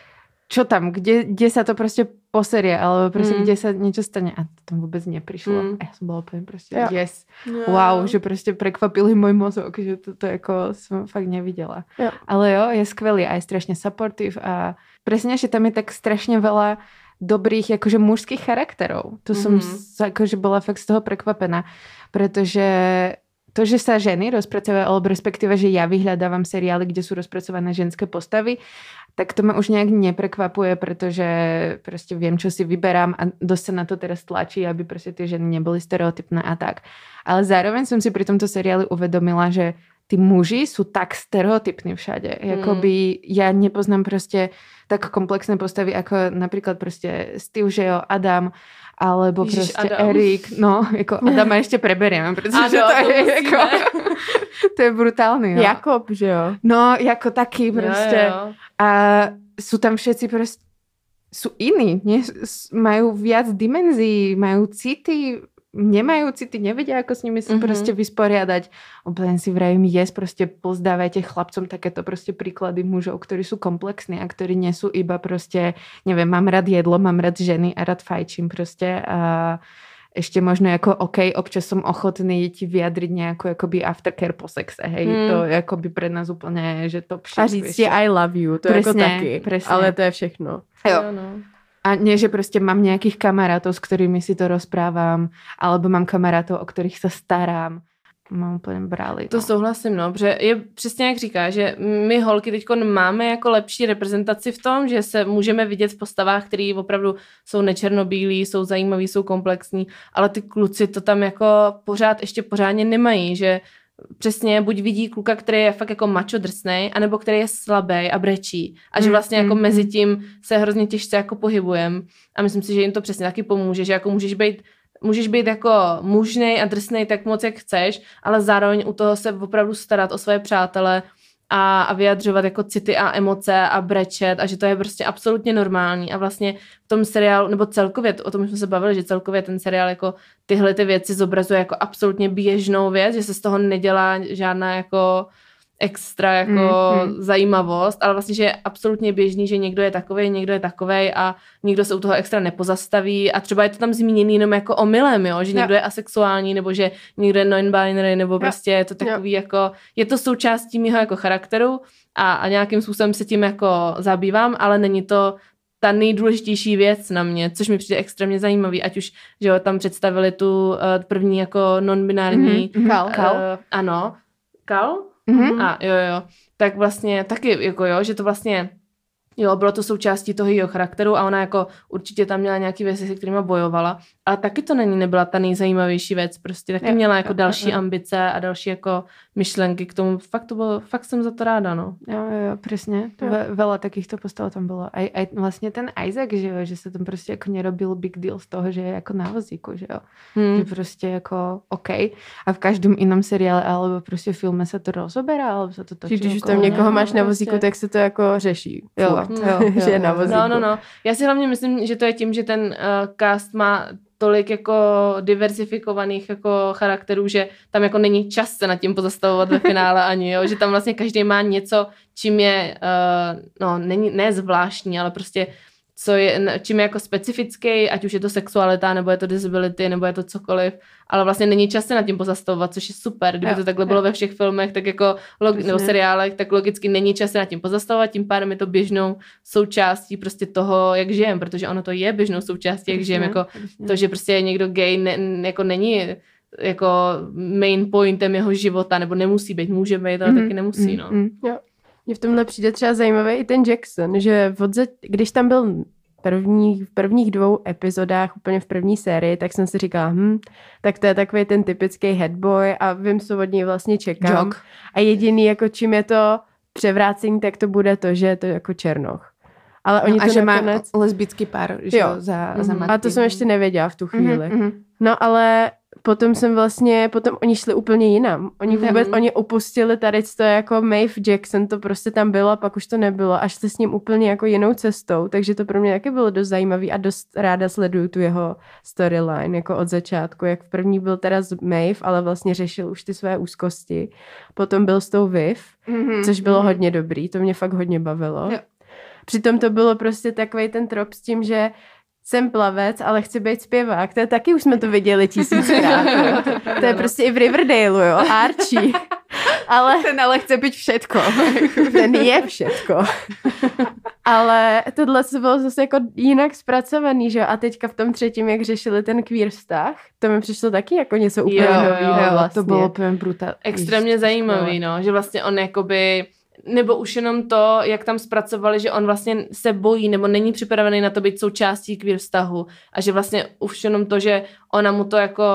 čo tam, kde sa to prostě poserie, alebo prostě kde sa niečo stane. A to tam vôbec neprišlo. A ja som bola úplne prostě yes. Wow, že prostě prekvapili môj mozog, že to jako som fakt nevidela. Jo. Ale jo, je skvelý a je strašne supportive a presne, že tam je tak strašne veľa dobrých akože mužských charakterov. To som akože bola fakt z toho prekvapená, pretože to, že sa ženy rozpracovajú, alebo respektíve, že ja vyhľadávam seriály, kde sú rozpracované ženské postavy, tak to ma už nejak neprekvapuje, pretože prostě viem, čo si vyberám a dosť sa na to teraz tlačí, aby prostě tie ženy neboli stereotypné a tak. Ale zároveň som si pri tomto seriáli uvedomila, že tí muži sú tak stereotypní všade. Jakoby ja nepoznám prostě tak komplexné postavy, ako napríklad prostě Steve, že jo, Adam, alebo prostě Adam. Erik, no, jako Adama ještě preberieme, protože to je jako, to je brutálny, no. Jakob, že jo? No, jako taky prostě. Jo. A sú tam všetci prostě, sú iní, nie? Majú viac dimenzií, majú city, nemajú city, nevedia, ako s nimi si prostě vysporiadať. Úplne si vravím, prostě pozdávajte chlapcom takéto prostě príklady mužov, ktorí sú komplexní a ktorí nie sú iba prostě, neviem, mám rád jedlo, mám rád ženy a rád fajčím prostě a ešte možno jako OK, občas som ochotný ti vyjadriť nejakú akoby aftercare po sexe, hej, to je akoby pre nás úplne, že top shit. A říct si I love you, to presne, jako taky, presne. Ale to je všechno. Jo. A nie, že prostě mám nejakých kamarátov, s ktorými si to rozprávam, alebo mám kamarátov, o ktorých sa starám. Mám úplně brali. To souhlasím, no, protože je přesně jak říká, že my holky teď máme jako lepší reprezentaci v tom, že se můžeme vidět v postavách, které opravdu jsou nečernobílí, jsou zajímaví, jsou komplexní, ale ty kluci to tam jako ještě pořádně nemají, že přesně buď vidí kluka, který je fakt jako macho drsnej, anebo který je slabý a brečí. A že vlastně jako mezi tím se hrozně těžce jako pohybujem. A myslím si, že jim to přesně taky pomůže, že jako můžeš být jako mužnej a drsnej tak moc, jak chceš, ale zároveň u toho se opravdu starat o své přátele a vyjadřovat jako city a emoce a brečet a že to je prostě absolutně normální a vlastně v tom seriálu, nebo celkově, o tom jsme se bavili, že celkově ten seriál jako tyhle ty věci zobrazuje jako absolutně běžnou věc, že se z toho nedělá žádná jako extra jako zajímavost, ale vlastně, že je absolutně běžný, že někdo je takovej a někdo se u toho extra nepozastaví a třeba je to tam zmíněný jenom jako omylem, jo? Že někdo je asexuální nebo že někdo je non-binary nebo prostě je to takový jako, je to součástí mýho jako charakteru a nějakým způsobem se tím jako zabývám, ale není to ta nejdůležitější věc na mě, což mi přijde extrémně zajímavý, ať už, že jo, tam představili tu první jako non-binární Kal. Ano. Kal? A jo. Tak vlastně taky, jako jo, že to vlastně, jo, bylo to součástí toho jeho charakteru a ona jako určitě tam měla nějaký věci, se kterými bojovala, ale taky to nebyla ta nejzajímavější věc, prostě taky měla jako další ambice a další jako myšlenky k tomu, fakt jsem za to ráda, no. Jo, presne, veľa takýchto postav tam bylo. Aj vlastně ten Isaac, že se tam prostě jako nerobil big deal z toho, že je jako na vozíku, že jo. Že prostě jako OK. A v každém jinom seriále alebo prostě filme se to rozoberá, alebo se to točí. Když už tam někoho máš na vozíku, tak se to jako řeší. Jo, že je na vozíku. No. Já si hlavně myslím, že to je tím, že ten cast má tolik jako diversifikovaných jako charakterů, že tam jako není čas se nad tím pozastavovat ve finále ani, jo? Že tam vlastně každý má něco, čím je, ne zvláštní, ale prostě čím je jako specifický, ať už je to sexualita, nebo je to disability, nebo je to cokoliv, ale vlastně není čas se nad tím pozastavovat, což je super. Kdyby to takhle bylo ve všech filmech, tak jako nebo seriálech, tak logicky není čas se nad tím pozastavovat, tím pádem je to běžnou součástí prostě toho, jak žijeme, protože ono to je běžnou součástí, jak žijeme, jako to, že prostě někdo gay jako není jako main pointem jeho života, nebo nemusí být, může být, ale taky nemusí, no. Jo. Mně v tomhle přijde třeba zajímavý i ten Jackson, že když tam byl v prvních 2 epizodách, úplně v první sérii, tak jsem si říkala, tak to je takový ten typický headboy a vím, co od něj vlastně čekám. Jock. A jediný, jako čím je to převrácení, tak to bude to, že je to jako černoch. Ale oni to že nakonec... má lesbický pár, že jo, za matky. A to jsem ještě nevěděla v tu chvíli. No ale potom oni šli úplně jinam. Oni opustili tady to jako Maeve Jackson, to prostě tam bylo a pak už to nebylo a šli s ním úplně jako jinou cestou, takže to pro mě taky bylo dost zajímavý a dost ráda sleduju tu jeho storyline, jako od začátku, jak v první byl teda z Maeve, ale vlastně řešil už ty své úzkosti. Potom byl s tou Viv, což bylo hodně dobrý, to mě fakt hodně bavilo. Jo. Přitom to bylo prostě takovej ten trop s tím, že jsem plavec, ale chci být zpěvák. To je taky, už jsme to viděli 1000krát. To je prostě i v Riverdaleu, jo, Archie. Ten ale chce být všetko. Ten je všetko. Ale tohle se bylo zase jako jinak zpracovaný, že jo? A teďka v tom 3., jak řešili ten queer vztah, to mi přišlo taky jako něco úplně nového vlastně. To bylo úplně brutální. Extrémně zajímavý, no, že vlastně on jakoby nebo už jenom to, jak tam zpracovali, že on vlastně se bojí nebo není připravený na to být součástí queer vztahu a že vlastně už jenom to, že ona mu to jako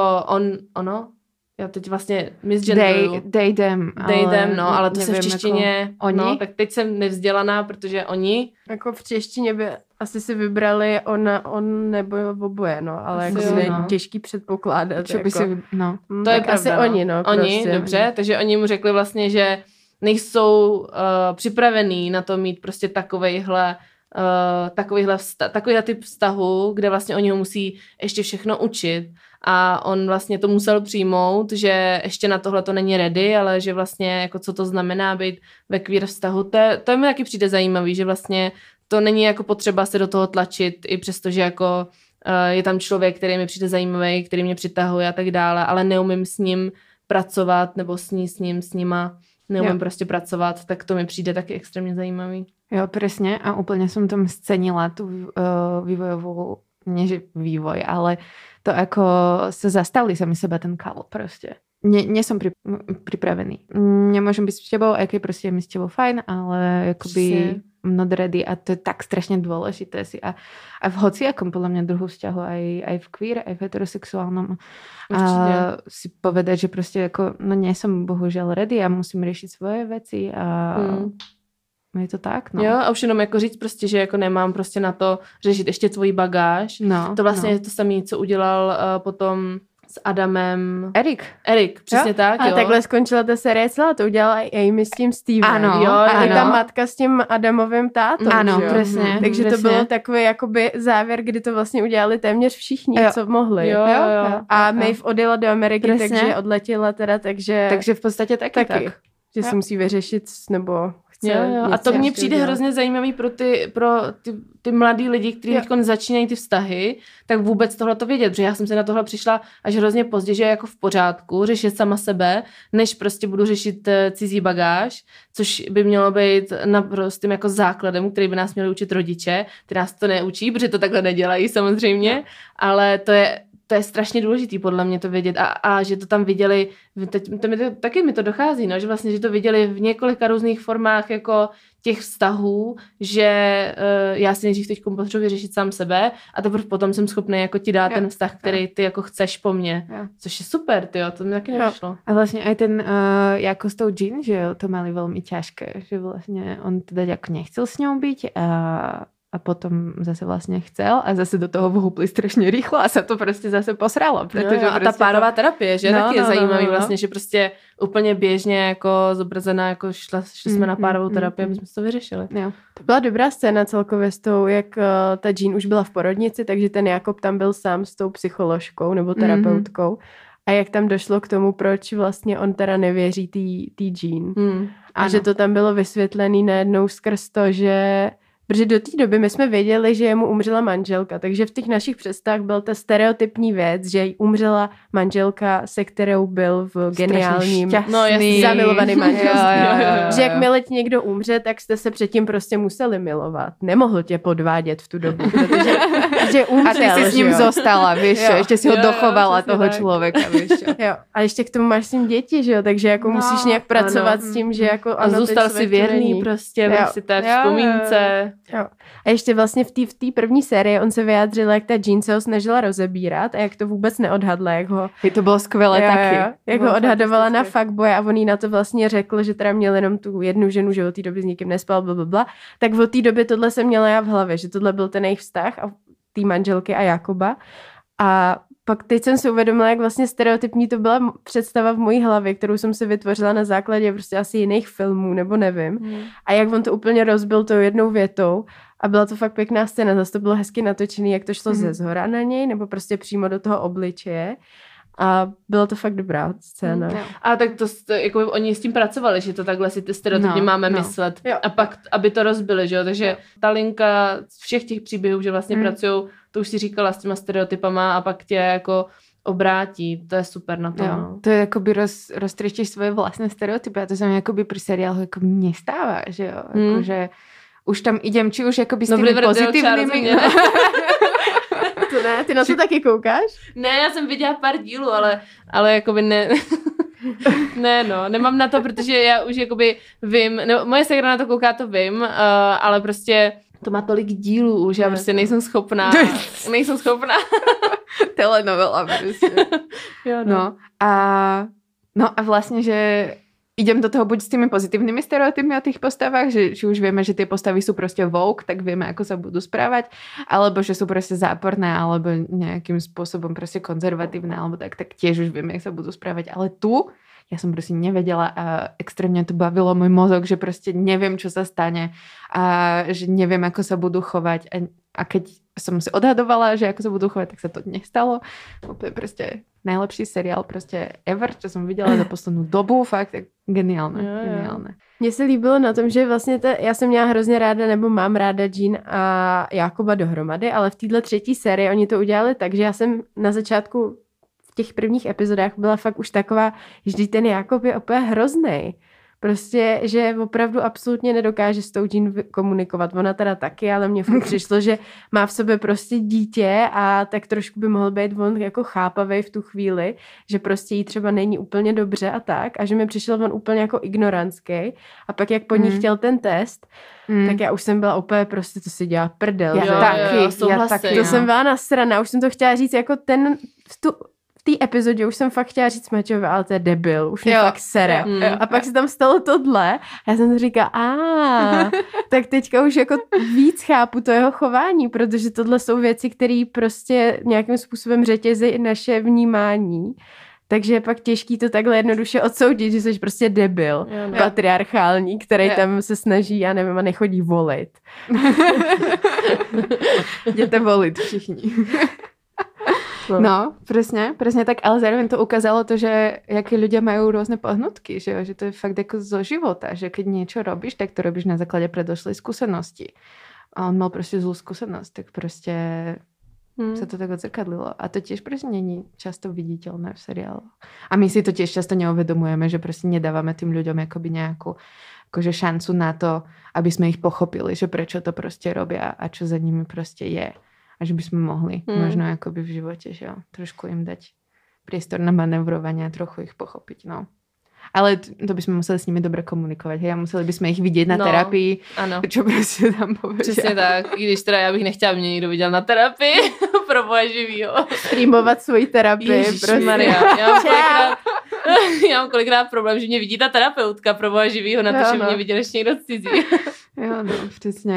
já teď vlastně misgenderuju. They them, ale to se v češtině, jako oni? No, tak teď jsem nevzdělaná, protože oni. Jako v češtině by asi si vybrali on nebo oboje, no, ale jako je těžký předpokládat. Jako. To je pravda, asi oni, no. Oni, prostě. dobře, takže oni mu řekli vlastně, že nejsou připravený na to mít prostě takovýhle typ vztahu, kde vlastně oni ho musí ještě všechno učit a on vlastně to musel přijmout, že ještě na tohle to není ready, ale že vlastně jako co to znamená být ve queer vztahu, to mi taky přijde zajímavý, že vlastně to není jako potřeba se do toho tlačit, i přesto, že jako je tam člověk, který mi přijde zajímavý, který mě přitahuje a tak dále, ale neumím s ním pracovat nebo s nima neumím prostě pracovat, tak to mi přijde taky extrémně zajímavý. Jo, presne a úplne som tam scenila tú vývojovú, nie že vývoj, ale to ako sa zastavili sami seba ten Cal proste. Nie som pripravený. Nemôžem byť s tebou, aj keď proste je mi s tebou fajn, ale akoby not ready a to je tak strašne dôležité si a v hociakom podľa mňa druhu vzťahu aj v queer, aj v heterosexuálnom a si povedať, že proste ako, no nie som bohužiaľ ready a musím riešiť svoje veci a je to tak, no. Jo, a už jenom jako říct prostě, že jako nemám prostě na to řešit ještě tvoji bagáž. No, to vlastně je to samé, co udělal potom s Adamem. Erik, přesně jo? tak, jo. A takhle skončila ta série celá, to udělala i Amy s tím Stevem. Ano, jo, ano. I ta matka s tím Adamovým tátou. Ano, že jo? přesně. Takže přesně. to bylo takový jakoby závěr, kdy to vlastně udělali téměř všichni, co mohli. Jo. A Maeve odjela do Ameriky, přesně. takže odletěla teda, takže v podstatě taky. Že se musí vyřešit, nebo chce. Jo. A to mně přijde hrozně zajímavý pro ty mladý lidi, kteří teď začínají ty vztahy, tak vůbec tohle to vědět, protože já jsem se na tohle přišla až hrozně pozdě, že je jako v pořádku řešit sama sebe, než prostě budu řešit cizí bagáž, což by mělo být naprostým jako základem, který by nás měli učit rodiče, ty nás to neučí, protože to takhle nedělají samozřejmě, ale to je strašně důležitý podle mě to vědět a že to tam viděli, taky mi to dochází, no, že vlastně, že to viděli v několika různých formách jako těch vztahů, že já si nejdřív teď potřebuji vyřešit sám sebe a teprve potom jsem schopný jako ti dát ten vztah, který ty jako chceš po mně, což je super, tyjo, to mi taky nešlo. A vlastně aj ten, jako s tou Jean, že to mali velmi ťažké, že vlastně on teda jako nechcel s ňou byť a a potom zase vlastně chcel a zase do toho vhupli strašně rychlo a se to prostě zase posralo. Protože a ta párová terapie, že taky je zajímavý vlastně, že prostě úplně běžně jako zobrazená, jako šli jsme na párovou terapii, aby jsme to vyřešili. Jo. To byla dobrá scéna celkově s tou, jak ta Jean už byla v porodnici, takže ten Jakob tam byl sám s tou psycholožkou nebo terapeutkou. A jak tam došlo k tomu, proč vlastně on teda nevěří tý Jean. A že to tam bylo vysvětlený najednou skrz to, že protože do té doby my jsme věděli, že mu umřela manželka, takže v těch našich představách byl ta stereotypní věc, že jí umřela manželka, se kterou byl v geniálním zamilovaným manželství. Že jakmile ti někdo umře, tak jste se předtím prostě museli milovat. Nemohl tě podvádět v tu dobu, protože umřel. A ty si s ním zostala, víš, ještě si ho dochovala toho člověka, víš. Jo. A ještě k tomu máš s ním děti, že jo, takže jako musíš nějak pracovat s tím, že jako a zůstal si věrný prostě v té vzpomínce. Jo. A ještě vlastně v té první sérii on se vyjádřil, jak ta Jean se ho snažila rozebírat a jak to vůbec neodhadla, jak ho... To bylo skvělé taky. Jak ho odhadovala na fuckboy a on jí na to vlastně řekl, že teda měl jenom tu jednu ženu, že od té doby s nikým nespal, blablabla. Tak od té doby tohle jsem měla já v hlavě, že tohle byl ten jejich vztah a té manželky a Jakoba. A pak teď jsem si uvědomila, jak vlastně stereotypní to byla představa v mojí hlavě, kterou jsem si vytvořila na základě prostě asi jiných filmů, nebo nevím. A jak on to úplně rozbil tou jednou větou. A byla to fakt pěkná scéna, zase to bylo hezky natočený, jak to šlo ze zhora na něj, nebo prostě přímo do toho obličeje. A byla to fakt dobrá scéna. A tak to jako oni s tím pracovali, že to takhle si ty stereotypy máme myslet. Jo. A pak, aby to rozbili, že jo. Takže ta linka všech těch příběhů, že vlastně pracují, to už si říkala, s těma stereotypama a pak tě jako obrátí. To je super na to. No. To je jakoby roztřeštíš svoje vlastné stereotypy a to se mi jakoby pri seriálu jako nestává, že jo. Jakože už tam idem, či už jakoby s těmi pozitivními... To ne, ty na to taky koukáš? Ne, já jsem viděla pár dílů, ale jakoby ne... nemám na to, protože já už jakoby vím, nebo moje segra na to kouká, to vím, ale prostě to má tolik dílů už, já prostě nejsem schopná. Telenovela prostě. Jo, No a vlastně, že idem do toho buď s tými pozitívnymi stereotypmi o tých postavách, že či už vieme, že tie postavy sú proste woke, tak vieme, ako sa budú správať, alebo že sú proste záporné, alebo nejakým spôsobom proste konzervatívne, alebo tak tiež už vieme, jak sa budú správať. Ale tu ja som proste nevedela a extrémne to bavilo môj mozog, že proste neviem, čo sa stane a že neviem, ako sa budú chovať. A keď som si odhadovala, že ako sa budú chovať, tak sa to nestalo. Úplne proste najlepší seriál prostě ever, čo jsem viděla za poslední dobu, fakt geniálne, geniálne. Mně se líbilo na tom, že vlastně já jsem měla hrozně ráda, nebo mám ráda Jean a Jakoba dohromady, ale v této třetí sérii oni to udělali tak, že já jsem na začátku v těch prvních epizodách byla fakt už taková, že ten Jakob je úplně hroznej. Prostě, že opravdu absolutně nedokáže s tou Jean komunikovat. Ona teda taky, ale mně fakt přišlo, že má v sobě prostě dítě a tak trošku by mohl být on jako chápavej v tu chvíli, že prostě jí třeba není úplně dobře a tak a že mi přišel on úplně jako ignorantský a pak jak po ní chtěl ten test, tak já už jsem byla úplně prostě, to si dělá prdel. Já taky. To jsem byla nasraná, už jsem to chtěla říct jako ten v té epizodě už jsem fakt chtěla říct Maťovi, ale to je debil, už mě fakt sere. A pak se tam stalo tohle a já jsem to říkala, tak teďka už jako víc chápu to jeho chování, protože tohle jsou věci, které prostě nějakým způsobem řetězí naše vnímání. Takže je pak těžký to takhle jednoduše odsoudit, že jsi prostě debil, patriarchální, který tam se snaží, já nevím, a nechodí volit. Jděte volit všichni. No, presne tak, ale zároveň to ukázalo to, že jaké ľudia majú rôzne pohnutky, že to je fakt ako zo života, že keď niečo robíš, tak to robíš na základe predošlej skúsenosti. A on mal proste zlú skúsenosť, tak proste sa to tak odzrkadlilo. A to tiež proste není často viditeľné v seriálu. A my si to tiež často neuvedomujeme, že proste nedávame tým ľuďom akoby nejakú akože šancu na to, aby sme ich pochopili, že prečo to proste robia a čo za nimi proste je. A že by sme mohli možno akoby v živote, že jo, trošku im dať priestor na manevrovanie a trochu ich pochopiť, no. Ale to by sme museli s nimi dobre komunikovať, hej, a museli by sme ich vidieť na terapii, čo prostě tam povedia. Přesně tak, i když teda já bych nechtěla, aby mě někdo viděl na terapii, pro boha živýho. Streamovat svoji terapii, Ježišmarja, já mám kolikrát problém, že mě vidí ta terapeutka pro boha živýho, na to, že mě viděl ještě někdo cizí. Jo, no, přesně.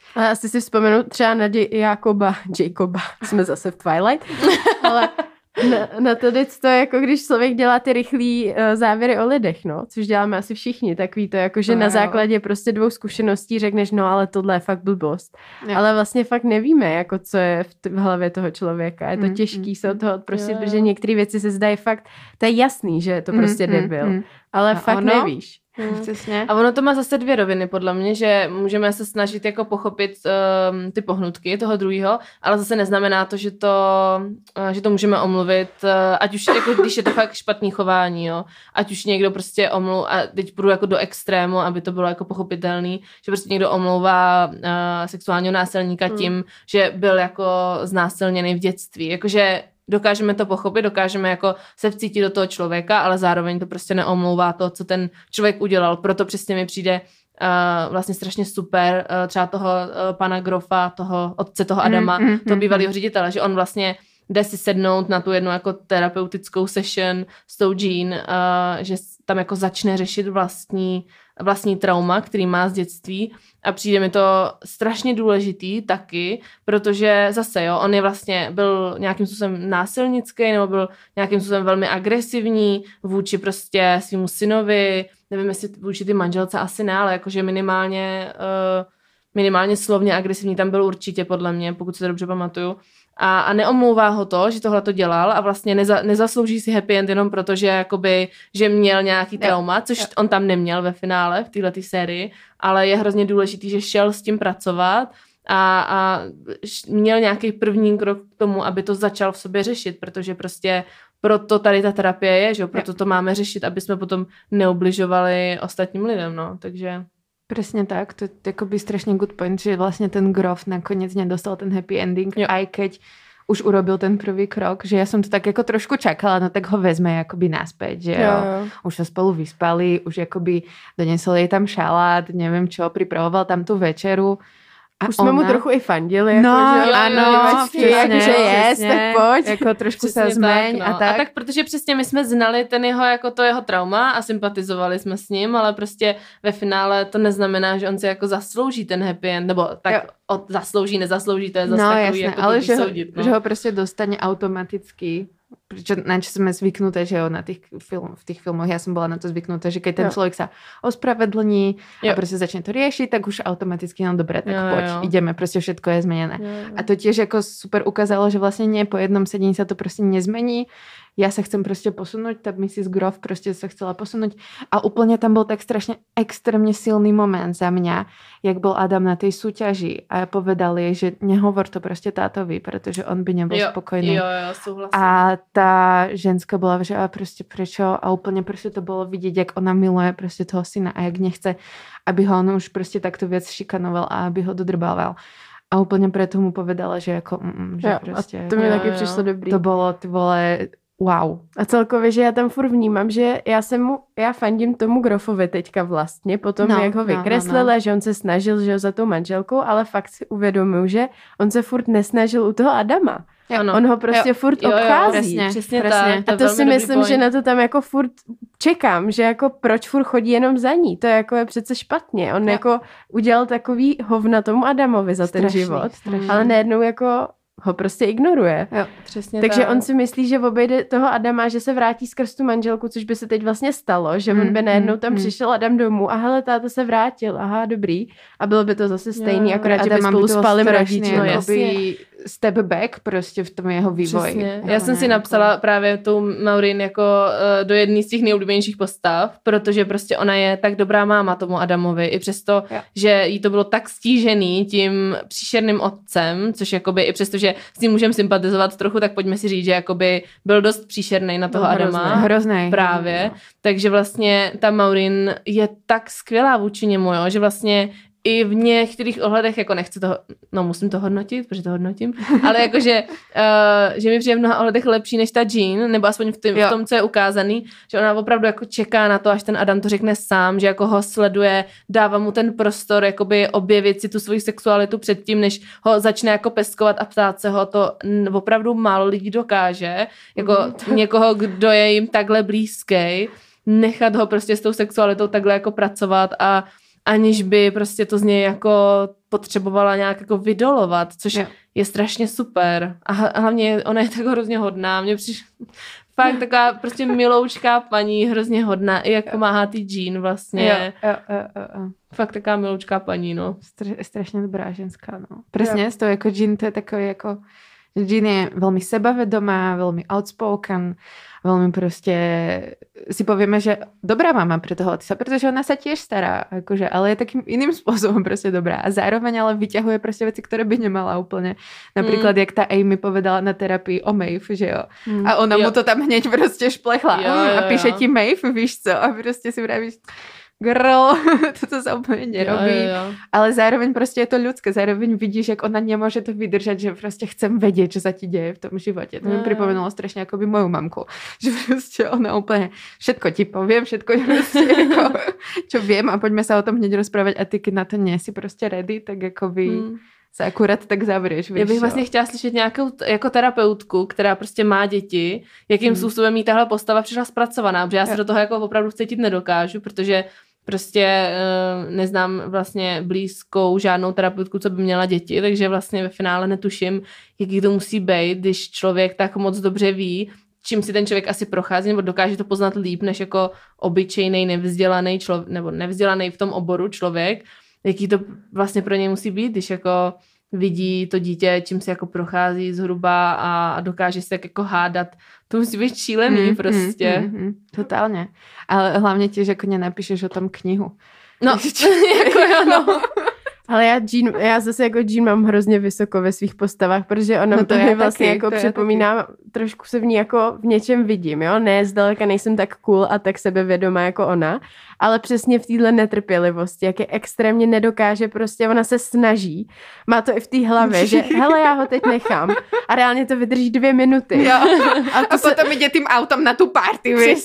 A asi si vzpomenu třeba na Jacoba, jsme zase v Twilight, ale na to to je jako když člověk dělá ty rychlý závěry o lidech, no, což děláme asi všichni, takový to jako, že na základě prostě 2 zkušeností řekneš, no ale tohle je fakt blbost. Ale vlastně fakt nevíme, jako co je v hlavě toho člověka. Je to těžký se od toho odprostit, protože některé věci se zdají fakt, to je jasný, že je to prostě debil. Ale fakt nevíš. A ono to má zase 2 roviny, podle mě, že můžeme se snažit jako pochopit ty pohnutky toho druhého, ale zase neznamená to, že to můžeme omluvit, ať už jako když je to fakt špatný chování, jo, ať už někdo prostě a teď půjdu jako do extrému, aby to bylo jako pochopitelný, že prostě někdo omlouvá sexuálního násilníka tím, že byl jako znásilněný v dětství, jakože dokážeme to pochopit, dokážeme jako se vcítit do toho člověka, ale zároveň to prostě neomlouvá to, co ten člověk udělal. Proto přesně mi přijde vlastně strašně super třeba toho pana Grofa, toho otce toho Adama, toho bývalého ředitele, že on vlastně jde si sednout na tu jednu jako terapeutickou session s tou Jean, že tam jako začne řešit vlastní trauma, který má z dětství a přijde mi to strašně důležitý taky, protože zase jo, on je vlastně byl nějakým způsobem násilnický nebo byl nějakým způsobem velmi agresivní vůči prostě svýmu synovi, nevím jestli vůči ty manželce asi ne, ale jakože minimálně slovně agresivní tam byl určitě podle mě, pokud se to dobře pamatuju. A neomlouvá ho to, že tohle to dělal a vlastně nezaslouží si happy end jenom proto, že, jakoby, že měl nějaký trauma, což on tam neměl ve finále v této sérii, ale je hrozně důležitý, že šel s tím pracovat a měl nějaký první krok k tomu, aby to začal v sobě řešit, protože prostě proto tady ta terapie je, že jo, proto to máme řešit, aby jsme potom neubližovali ostatním lidem, no, takže... Presne tak, to je akoby strašne good point, že vlastne ten Groff nakoniec nedostal ten happy ending, aj keď už urobil ten prvý krok, že ja som to tak ako trošku čakala, no tak ho vezme akoby naspäť, že jo. Už sa spolu vyspali, už akoby donesol jej tam šalát, neviem čo, pripravoval tam tú večeru. A už jsme mu trochu i fandili. Jako, no, že ano, že jest, tak pojď. Jako trošku se zmeň tak, a tak. A tak, protože přesně my jsme znali ten jeho trauma a sympatizovali jsme s ním, ale prostě ve finále to neznamená, že on si jako zaslouží ten happy end, nebo tak zaslouží, nezaslouží, to je zase takový, jasné, jako ale soudit. Že ho prostě dostane automaticky. Na čo sme zvyknuté, že jo, v tých filmoch, ja som bola na to zvyknutá, že keď ten človek sa ospravedlní a proste začne to riešiť, tak už automaticky, no dobre, tak poď, ideme, proste všetko je zmenené. A to tiež ako super ukázalo, že vlastne nie po jednom sedení sa to proste nezmení. Ja sa chcem proste posunúť, tá Mrs. Groff proste sa chcela posunúť a úplne tam bol tak strašne extrémne silný moment za mňa, jak bol Adam na tej súťaži a povedal jej, že nehovor to proste tátovi, pretože on by nebol spokojný. Jo, súhlasím. A tá ženská bola, že ale proste prečo a úplne proste to bolo vidieť, jak ona miluje proste toho syna a jak nechce, aby ho on už proste takto viac šikanoval a aby ho dodrbával. A úplne preto mu povedala, že ako že proste... A to mi taky přišlo dobrý. To bolo, ty vole... Wow. A celkově, že já tam furt vnímám, že já fandím tomu Groffovi teďka vlastně, potom jak ho vykreslila, že on se snažil, že ho za tou manželkou, ale fakt si uvědomuji, že on se furt nesnažil u toho Adama. Ano. On ho prostě furt obchází. Přesně tak. A to si myslím, že na to tam jako furt čekám, že jako proč furt chodí jenom za ní. To jako je přece špatně. On jako udělal takový hovna tomu Adamovi za ten život, ale najednou jako ho prostě ignoruje. Jo, přesně takže tak. On si myslí, že obejde toho Adama, že se vrátí skrz tu manželku, což by se teď vlastně stalo, že on by najednou tam přišel Adam domů a hele, táta se vrátil, aha, dobrý. A bylo by to zase stejný, akorát, že by spolu spali rodiče. No, step back prostě v tom jeho vývoji. Přesně. Já jsem si napsala právě tu Maureen jako do jedné z těch nejoblíbenějších postav, protože prostě ona je tak dobrá máma tomu Adamovi, i přesto, že jí to bylo tak stížený tím příšerným otcem, což jakoby i přesto, že s ním můžeme sympatizovat trochu, tak pojďme si říct, že jakoby byl dost příšerný na toho Adama. Hrozný. Právě. Takže vlastně ta Maureen je tak skvělá vůči němu, jo, že vlastně i v některých ohledech, jako nechci to, no musím to hodnotit, protože to hodnotím, ale jakože, že mi přijde v mnoha ohledech lepší než ta Jean, nebo aspoň v tom, co je ukázaný, že ona opravdu jako čeká na to, až ten Adam to řekne sám, že jako ho sleduje, dává mu ten prostor, jakoby objevit si tu svoji sexualitu předtím, než ho začne jako peskovat a ptát se ho, to opravdu málo lidí dokáže, jako někoho, kdo je jim takhle blízký, nechat ho prostě s tou sexualitou takhle jako pracovat a aniž by prostě to z něj jako potřebovala nějak jako vydolovat, což je strašně super. A hlavně ona je tak hrozně hodná. Mně přišlo fakt taková prostě miloučká paní, hrozně hodná, i jak pomáhá tý Jean vlastně. Jo. Fakt taková miloučká paní, no. Strašně dobrá ženská, no. Presne, z toho jako Jean, to je takové jako... Jean je veľmi sebavedomá, veľmi outspoken, veľmi proste si povieme, že dobrá mama pre toho Otisa, pretože ona sa tiež stará, akože, ale je takým iným spôsobom proste dobrá. A zároveň ale vyťahuje proste veci, ktoré by nemala úplne. Napríklad, jak tá Amy povedala na terapii o Maeve, že jo. A ona mu to tam hneď proste šplechla. A píše ti Maeve, víš co? A proste si vravíš... Girl, toto sa úplne nerobí. Jo. Ale zároveň proste je to ľudské. Zároveň vidíš, jak ona nemôže to vydržať, že proste chcem vedieť, čo sa ti deje v tom živote. To mi pripomenulo strašne akoby moju mamku. Že proste ona úplne všetko ti poviem, všetko proste ako, čo viem a poďme sa o tom hneď rozprávať a ty, keď na to nie si proste ready, tak akoby... se akurát tak zavřeš. Já bych vlastně chtěla slyšet nějakou jako terapeutku, která prostě má děti, jakým způsobem jí tahle postava přišla zpracovaná, protože já se do toho jako opravdu vcítit nedokážu, protože prostě neznám vlastně blízkou žádnou terapeutku, co by měla děti, takže vlastně ve finále netuším, jaký to musí být, když člověk tak moc dobře ví, čím si ten člověk asi prochází, nebo dokáže to poznat líp, než jako obyčejný nevzdělaný člověk, nebo nevzdělaný v tom oboru člověk, jaký to vlastně pro něj musí být, když jako vidí to dítě, čím se jako prochází zhruba a dokáže se tak jako hádat. To musí být šílený prostě. Totálně. Ale hlavně tiež jako nenapíšeš o tom knihu. No, jako jo, no. Ale já zase jako Jean mám hrozně vysoko ve svých postavách, protože ona to mi vlastně jako připomíná, trošku se v ní jako v něčem vidím, jo, ne, zdaleka nejsem tak cool a tak sebevědomá jako ona, ale přesně v téhle netrpělivosti, jak je extrémně nedokáže, prostě ona se snaží, má to i v té hlavě, že hele, já ho teď nechám a reálně to vydrží 2 minuty. Jo. A potom jde tím autem na tu party, víš.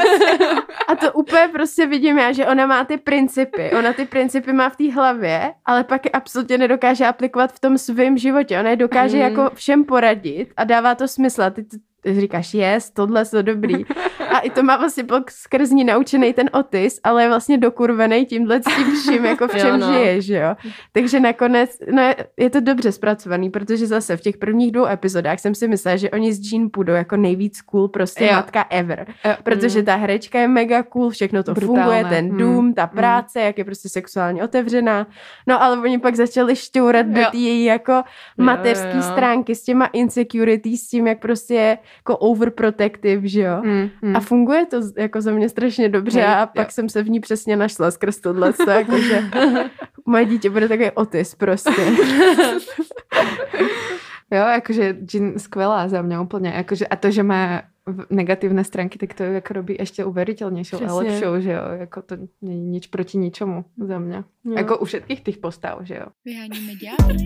A to úplně prostě vidím já, že ona má ty principy má v té hlavě, ale pak je absolutně nedokáže aplikovat v tom svém životě. Ona je dokáže jako všem poradit a dává to smysl. A ty říkáš, tohle je dobrý. A i to má vlastně skrz ní naučený ten Otis, ale je vlastně dokurvený tímhle s tím vším, jako v čem žije, že jo. Takže nakonec, je to dobře zpracovaný, protože zase v těch prvních 2 epizodách jsem si myslela, že oni s Jean půjdou jako nejvíc cool prostě matka ever. Protože ta herečka je mega cool, všechno to funguje, ten dům, ta práce, jak je prostě sexuálně otevřená. No ale oni pak začali šťourat do té její jako mateřský stránky s těma insecurities, s tím, jak prostě je jako overprotective, že jo. A funguje to jako za mě strašně dobře a pak jsem se v ní přesně našla skrz tohle, jakože moje dítě bude takový Otis prostě. Jo, jakože Jean skvelá za mě úplně, jakože a to, že má negatívne stránky, tak to jako robí ešte uveriteľnejšou a lepšou, že jo, jako to není nič proti ničomu za mňa. Jo. Jako u všetkých tých postav, že jo. Vyháníme ďábly.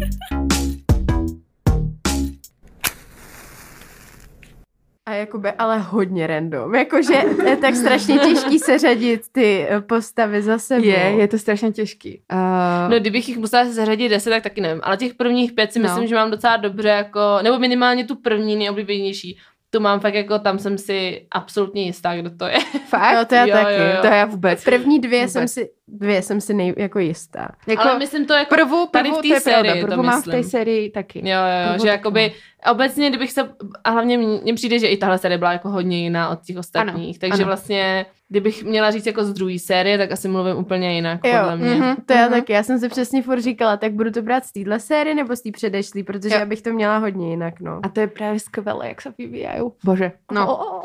A jakoby, ale hodně random. Jakože je tak strašně těžký seřadit ty postavy za sebou. Je to strašně těžký. No, kdybych jich musela seřadit 10, tak taky nevím. Ale těch prvních 5 si myslím, že mám docela dobře, jako, nebo minimálně tu první nejoblíbenější. Tu mám fakt jako, tam jsem si absolutně jistá, kdo to je. Fakt? Jo, to já taky. Jo. To já vůbec. První 2 jsem si jako jistá. Jako, ale myslím to jako tady v té sérii. Prvou mám v té sérii taky. Jo, že jakoby obecně, kdybych se, a hlavně mně přijde, že i tahle série byla jako hodně jiná od těch ostatních, takže vlastně, kdybych měla říct jako z druhé série, tak asi mluvím úplně jinak, podle mě. To já taky, já jsem si přesně furt říkala, tak budu to brát z téhle série nebo z té předešlý, protože já bych to měla hodně jinak, no. A to je právě skvělé, jak se vyvíjají. Bože. No.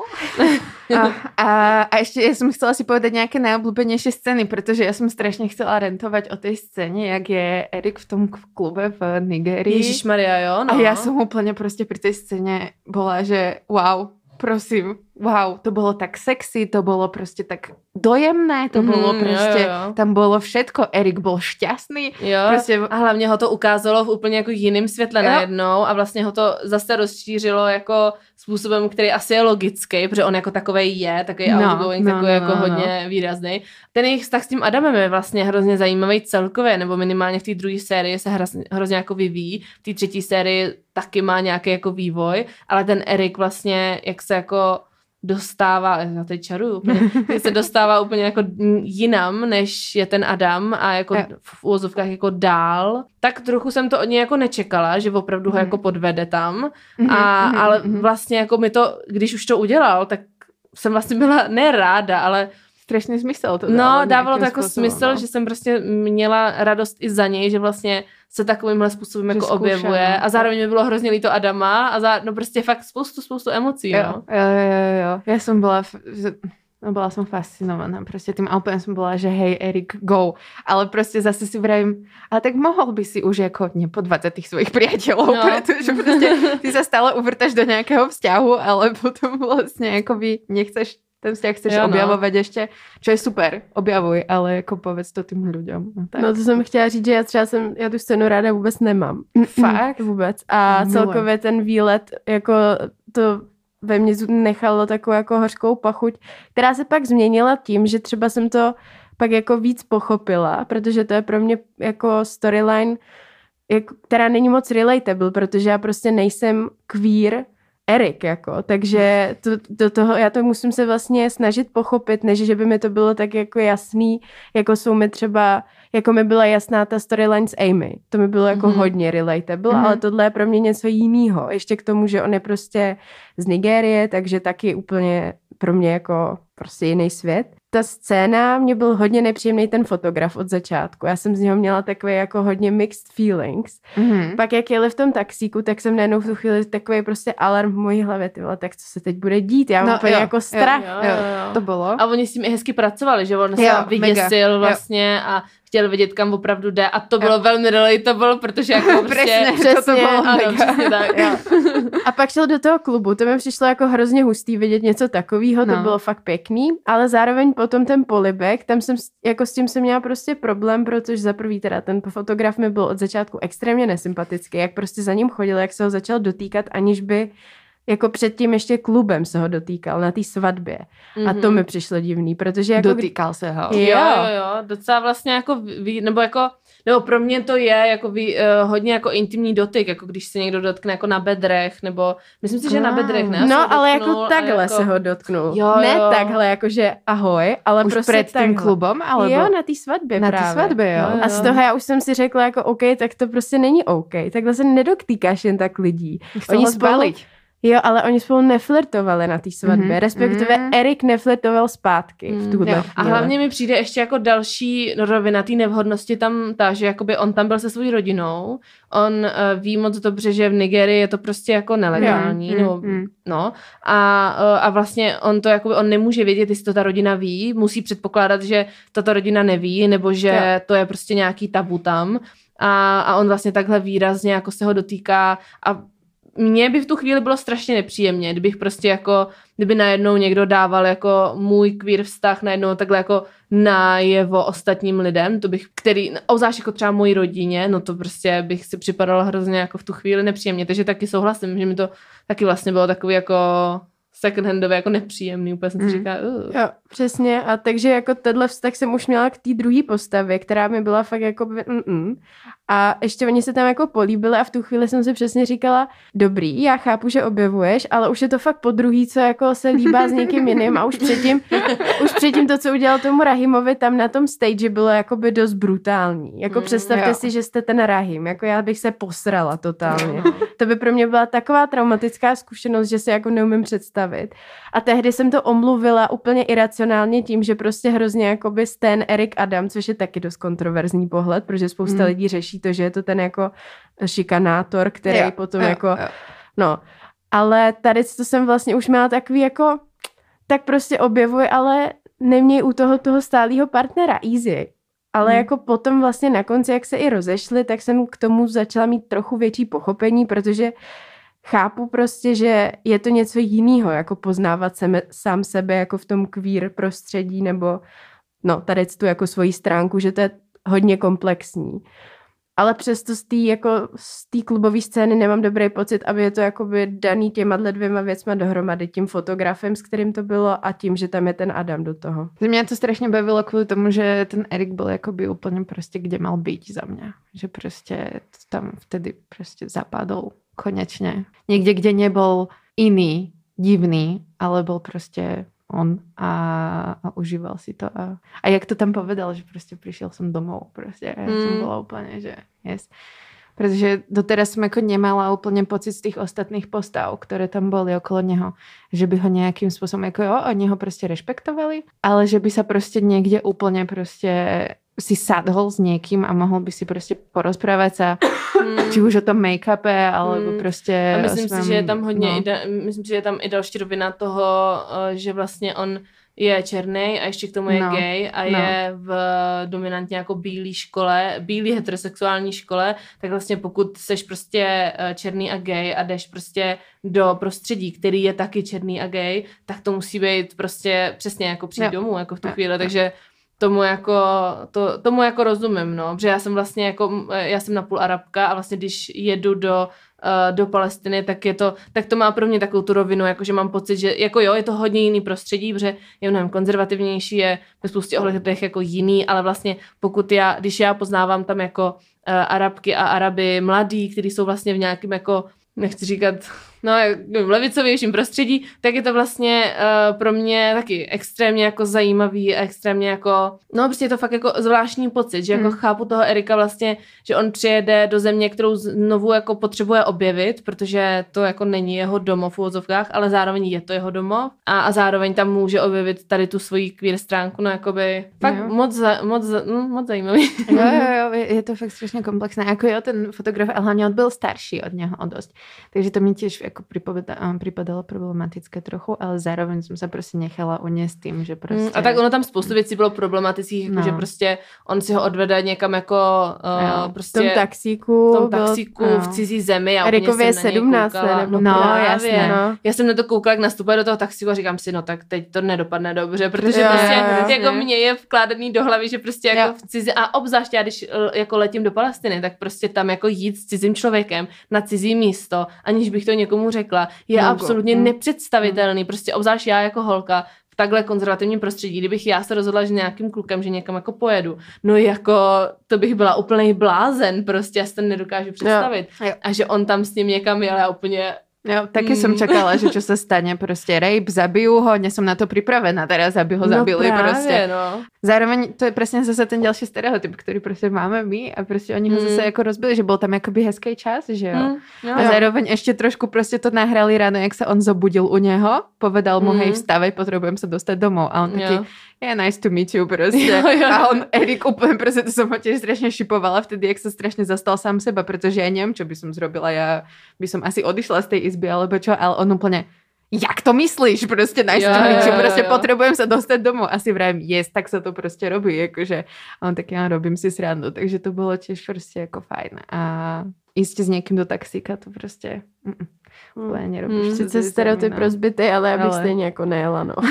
A ještě já jsem chcela si povedať nějaké najobľúbenejšie scény, protože já jsem strašně chcela rentovať o té scéně, jak je Erik v tom klube v Nigerii. Ježišmaria, jo, no. A já jsem úplně prostě pri tej scéně bola, že wow, prosím, wow, to bolo tak sexy, to bolo prostě tak dojemné, to bolo prostě, tam bolo všetko, Erik bol šťastný. Jo, prostě, a hlavně ho to ukázalo v úplně jako jiném světle najednou a vlastně ho to zase rozšířilo jako způsobem, který asi je logický, protože on jako takovej je, takový outgoing, takový jako hodně výrazný. Ten jejich vztah s tím Adamem je vlastně hrozně zajímavý celkově, nebo minimálně v té druhé sérii se hrozně jako vyvíjí, v té třetí sérii taky má nějaký jako vývoj, ale ten Erik vlastně, jak se jako dostává, já teď čaruju úplně, se dostává úplně jako jinam, než je ten Adam a jako v úvozovkách jako dál, tak trochu jsem to od něj jako nečekala, že opravdu ho jako podvede tam, ale vlastně jako mi to, když už to udělal, tak jsem vlastně byla ne ráda, ale strašný smysl to dávalo to jako smysl, že jsem prostě měla radost i za něj, že vlastně se takovýmhle způsobem jako objevuje a zároveň mi bylo hrozně líto Adama a prostě fakt spoustu emocí. Jo. Já jsem byla som fascinovaná prostě tým a úplně som bola, že hej Erik, go. Ale prostě zase si vravím, ale tak mohol by si už jako nepodvádzať tých svojich priateľov, pretože prostě ty sa stále uvrtaš do nejakého vzťahu, ale potom vlastne akoby nechceš ten vzťah chceš objavovat ještě, čo je super, objavuj, ale jako povedz to tým ľuďom. No to jsem chtěla říct, že já tu scénu ráda vůbec nemám. Fakt? Vůbec. A celkově ten výlet, jako to ve mně nechalo takovou jako hořkou pachuť, která se pak změnila tím, že třeba jsem to pak jako víc pochopila, protože to je pro mě jako storyline, která není moc relatable, protože já prostě nejsem queer Erik, jako, takže do toho, já to musím se vlastně snažit pochopit, než že by mi to bylo tak jako jasný, jako jsou mi třeba, jako mi byla jasná ta storyline s Amy, to mi bylo jako hodně relatable, ale tohle je pro mě něco jinýho, ještě k tomu, že on je prostě z Nigérie, takže taky úplně pro mě jako prostě jiný svět. Ta scéna, mě byl hodně nepříjemný ten fotograf od začátku. Já jsem z něho měla takové jako hodně mixed feelings. Pak jak jeli v tom taxíku, tak jsem najednou v tu chvíli takový prostě alarm v mojí hlavě, ty vole, tak co se teď bude dít? Já mám úplně jako strach. Jo. To bylo. A oni s tím i hezky pracovali, že on se vyděsil vlastně a chtěl vidět, kam opravdu jde a to bylo velmi relatable, protože jako prostě... Přesně, to bylo, ano, přesně tak. A pak šel do toho klubu, to mi přišlo jako hrozně hustý vidět něco takového, to bylo fakt pěkný, ale zároveň potom ten polibek, tam jsem jako s tím jsem měla prostě problém, protože za prvý teda ten fotograf mi byl od začátku extrémně nesympatický, jak prostě za ním chodil, jak se ho začal dotýkat, aniž by jako předtím ještě klubem se ho dotýkal na té svatbě. A to mi přišlo divný, protože jako... Dotýkal se ho. Jo, docela vlastně jako, nebo pro mě to je jako hodně jako intimní dotyk, jako když se někdo dotkne jako na bedrech, nebo myslím si, že na bedrech, ne? No, ale jako takhle jako... se ho dotknul. Ne takhle, jakože ahoj, ale už prostě před tím klubem? Alebo... Jo, na té svatbě na právě. Na té svatbě, jo. A z toho já už jsem si řekla jako OK, tak to prostě není OK. Takhle se nedotýkáš jen tak lidí. Oni spolu... Jo, ale oni spolu neflirtovali na té svatbě, respektive Erik neflirtoval zpátky v tuhle chvíli. A hlavně mi přijde ještě jako další rovina té nevhodnosti tam ta, že jakoby on tam byl se svou rodinou, on ví moc dobře, že v Nigerii je to prostě jako nelegální, a vlastně on to jakoby, on nemůže vědět, jestli to ta rodina ví, musí předpokládat, že tato rodina neví, nebo že to je prostě nějaký tabu tam a on vlastně takhle výrazně jako se ho dotýká a mně by v tu chvíli bylo strašně nepříjemně, kdybych prostě jako, kdyby najednou někdo dával jako můj queer vztah najednou takhle jako najevo ostatním lidem, to bych, obzvlášť jako třeba mojí rodině, no to prostě bych si připadala hrozně jako v tu chvíli nepříjemně, takže taky souhlasím, že mi to taky vlastně bylo takový jako secondhandově jako nepříjemný, úplně jsem si říkala. Jo, přesně, a takže jako tenhle vztah jsem už měla k té druhé postavě, která mi byla fakt jako a ještě oni se tam jako políbili a v tu chvíli jsem si přesně říkala, dobrý, já chápu, že objevuješ, ale už je to fakt po druhý, co jako se líbá s někým jiným a už předtím to, co udělal tomu Rahimovi tam na tom stage, bylo jakoby dost brutální. Jako představte si, že jste ten Rahim, jako já bych se posrala totálně. To by pro mě byla taková traumatická zkušenost, že se jako neumím představit. A tehdy jsem to omluvila úplně iracionálně tím, že prostě hrozně jakoby Stan Erik Adam, což je taky dost kontroverzní pohled, protože spousta lidí řeší to, že je to ten jako šikanátor, který potom no. Ale tady to jsem vlastně už měla takový jako, tak prostě objevuj, ale neměj u toho stálého partnera, easy. Ale jako potom vlastně na konci, jak se i rozešli, tak jsem k tomu začala mít trochu větší pochopení, protože chápu prostě, že je to něco jiného, jako poznávat sám sebe jako v tom queer prostředí, nebo no tady tu jako svoji stránku, že to je hodně komplexní. Ale přesto z té klubové scény nemám dobrý pocit, aby je to jakoby daný těma dvěma věcma dohromady, tím fotografem, s kterým to bylo a tím, že tam je ten Adam do toho. Mě to strašně bavilo kvůli tomu, že ten Erik byl jakoby úplně prostě, kde mal být za mě. Že prostě tam vtedy prostě zapadl konečně. Někde, kde nebol iný divný, ale bol proste on a užíval si to. A jak to tam povedal, že proste prišiel som domov. Proste. Ja som bola úplne, že yes. Pretože doteraz som ako nemala úplne pocit z tých ostatných postav, ktoré tam boli okolo neho, že by ho nejakým spôsobom, ako oni ho proste rešpektovali, ale že by sa proste niekde úplne proste si sadol s niekým a mohol by si proste porozprávať sa či už o tom make-upe, alebo proste... A myslím si, že je tam hodně, myslím si, že je tam i další rovina toho, že vlastně on je černý a ještě k tomu je gay a je v dominantně jako bílý škole, bílý heterosexuální škole, tak vlastně pokud seš prostě černý a gay a jdeš prostě do prostředí, který je taky černý a gay, tak to musí být prostě přesně jako přijít domů jako v tu chvíli, takže tomu jako rozumím, no, protože já jsem vlastně jako, já jsem napůl Arabka a vlastně když jedu do Palestiny, tak to má pro mě takovou tu rovinu, jakože mám pocit, že jako je to hodně jiný prostředí, protože je mnohem konzervativnější, je ve spoustě ohledech jako jiný, ale vlastně když já poznávám tam jako Arabky a Araby mladí, kteří jsou vlastně v nějakém jako, nechci říkat, v levicovějším prostředí, tak je to vlastně pro mě taky extrémně jako zajímavý a extrémně jako, prostě je to fakt jako zvláštní pocit, že jako chápu toho Erika vlastně, že on přijede do země, kterou znovu jako potřebuje objevit, protože to jako není jeho domov v úvodzovkách, ale zároveň je to jeho domov a zároveň tam může objevit tady tu svoji queer stránku, jakoby fakt moc zajímavý. Jo, je to fakt strašně komplexné. Jako ten fotograf, ale hlavně on byl starší od něho o dosť. Takže to mi tiež jako pripadalo problematické trochu, ale zároveň som sa prostě nechala uniesť tým, že prostě... A tak ono tam spoustu věcí bylo problematických, jako že prostě on si ho odvede někam jako prostě... V tom taxíku v cizí zemi. Erikově 17, nebo jasně. No. Já jsem na to koukala, jak nastupuje do toho taxíku a říkám si, tak teď to nedopadne dobře, protože prostě jako mě je vkládaný do hlavy, že prostě jako v cizí... A obzvlášť já, když jako letím do Palestiny, tak prostě tam jako jít s cizím člověkem na cizí místo, aniž bych to někomu řekla, je absolutně nepředstavitelný. Prostě obzvlášť já jako holka v takhle konzervativním prostředí, kdybych já se rozhodla, že nějakým klukem, že někam jako pojedu, jako to bych byla úplnej blázen, prostě já si to nedokážu představit. Jo. A že on tam s ním někam jel, já úplně... Jo, taky som čakala, že čo sa stane, proste rape, zabijú ho, nie som na to pripravená teraz, aby ho zabili proste. No. Zároveň to je presne zase ten ďalší stereotyp, ktorý proste máme my a proste oni ho zase ako rozbili, že bol tam akoby hezký čas, že jo. A zároveň ešte trošku proste to nahrali ráno, jak sa on zobudil u neho, povedal mu, hej, vstavaj, potrebujem sa dostať domov. A on taký, nice to meet you proste. A on, Erik, úplne proste, to som ho tiež strašne šipovala vtedy, jak sa strašne zastal sám seba, pretože ja neviem, čo by som zrobila, ja by som asi odišla z tej izby, alebo čo, ale on úplne, jak to myslíš, proste nice to meet you, proste potrebujem sa dostať domov. Asi vravím, tak sa to proste robí, akože on tak, robím si srandu, takže to bolo tiež proste ako fajn. A ísť s niekým do taxíka, to proste úplne nerobíš. Sice stereotyp rozbitý, ale já bych stejně jako nejela, no.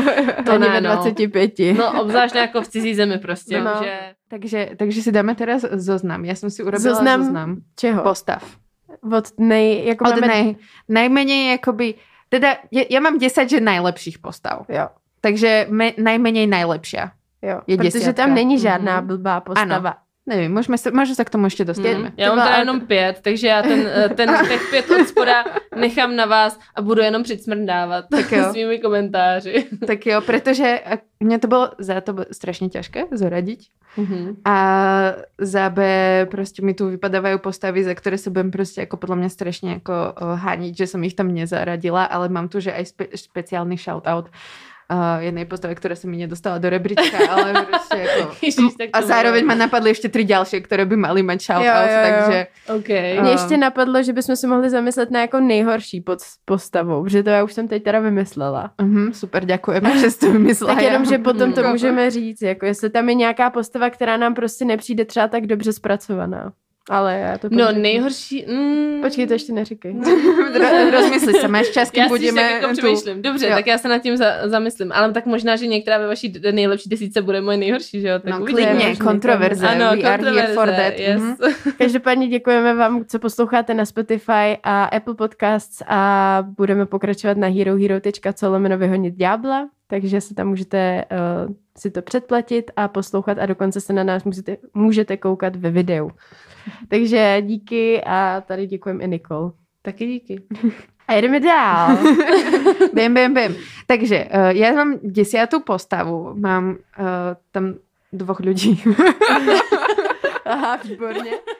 To ani ve 25. No, obzvlášť jako v cizí zemi prostě. No. Takže si dáme teraz zoznam. Ja som si urobila zoznam. Čeho? Postav. Od najmenej akoby, teda ja mám 10, že najlepších postav. Jo. Takže najmenej najlepšia. Jo, protože tam není žádná blbá postava. Ano. Nevím, možná se k tomu ještě dostaneme. Já mám teda jenom 5, takže já těch 5 od spoda nechám na vás a budu jenom přicmrdávat svými komentáři. Tak jo, protože mě to bylo strašně těžké zoradiť. A za B prostě mi tu vypadávají postavy, za které se budem prostě jako podle mě strašně jako hániť, že jsem ich tam nezaradila, ale mám tu, že aj speciálny shoutout jednej postave, ktorá sa mi nedostala do rebríčka, ale proste ako... A zároveň ma napadli ešte 3 ďalšie, ktoré by mali mať shoutout, takže... Okay. Mně ještě napadlo, že bychom si mohli zamyslet na jako nejhorší postavou, protože to já už jsem teď teda vymyslela. Super, děkujeme, že jsi to vymyslela. Tak jenom, že potom to můžeme říct, jako jestli tam je nějaká postava, která nám prostě nepřijde třeba tak dobře zpracovaná. Ale já to nejhorší... Počkej, to ještě neříkej. Rozmysli se, máš čas, kým budeme... Já si jako přemýšlím. Dobře, tak já se nad tím zamyslím. Ale tak možná, že některá ve vaší nejlepší desítce bude moje nejhorší, že jo? Tak klidně, kontroverze. Ano, kontroverze, yes. Každopádně děkujeme vám, co posloucháte na Spotify a Apple Podcasts a budeme pokračovat na herohero.co/vyhonit ďábla, takže se tam můžete si to předplatit a poslouchat a dokonce se na nás můžete koukat ve videu. Takže díky a tady děkujeme i Nikol. Taky díky. A jedeme dál. Bam. Takže ja mám 10. postavu. Mám tam 2 ľudí. Aha, výborně.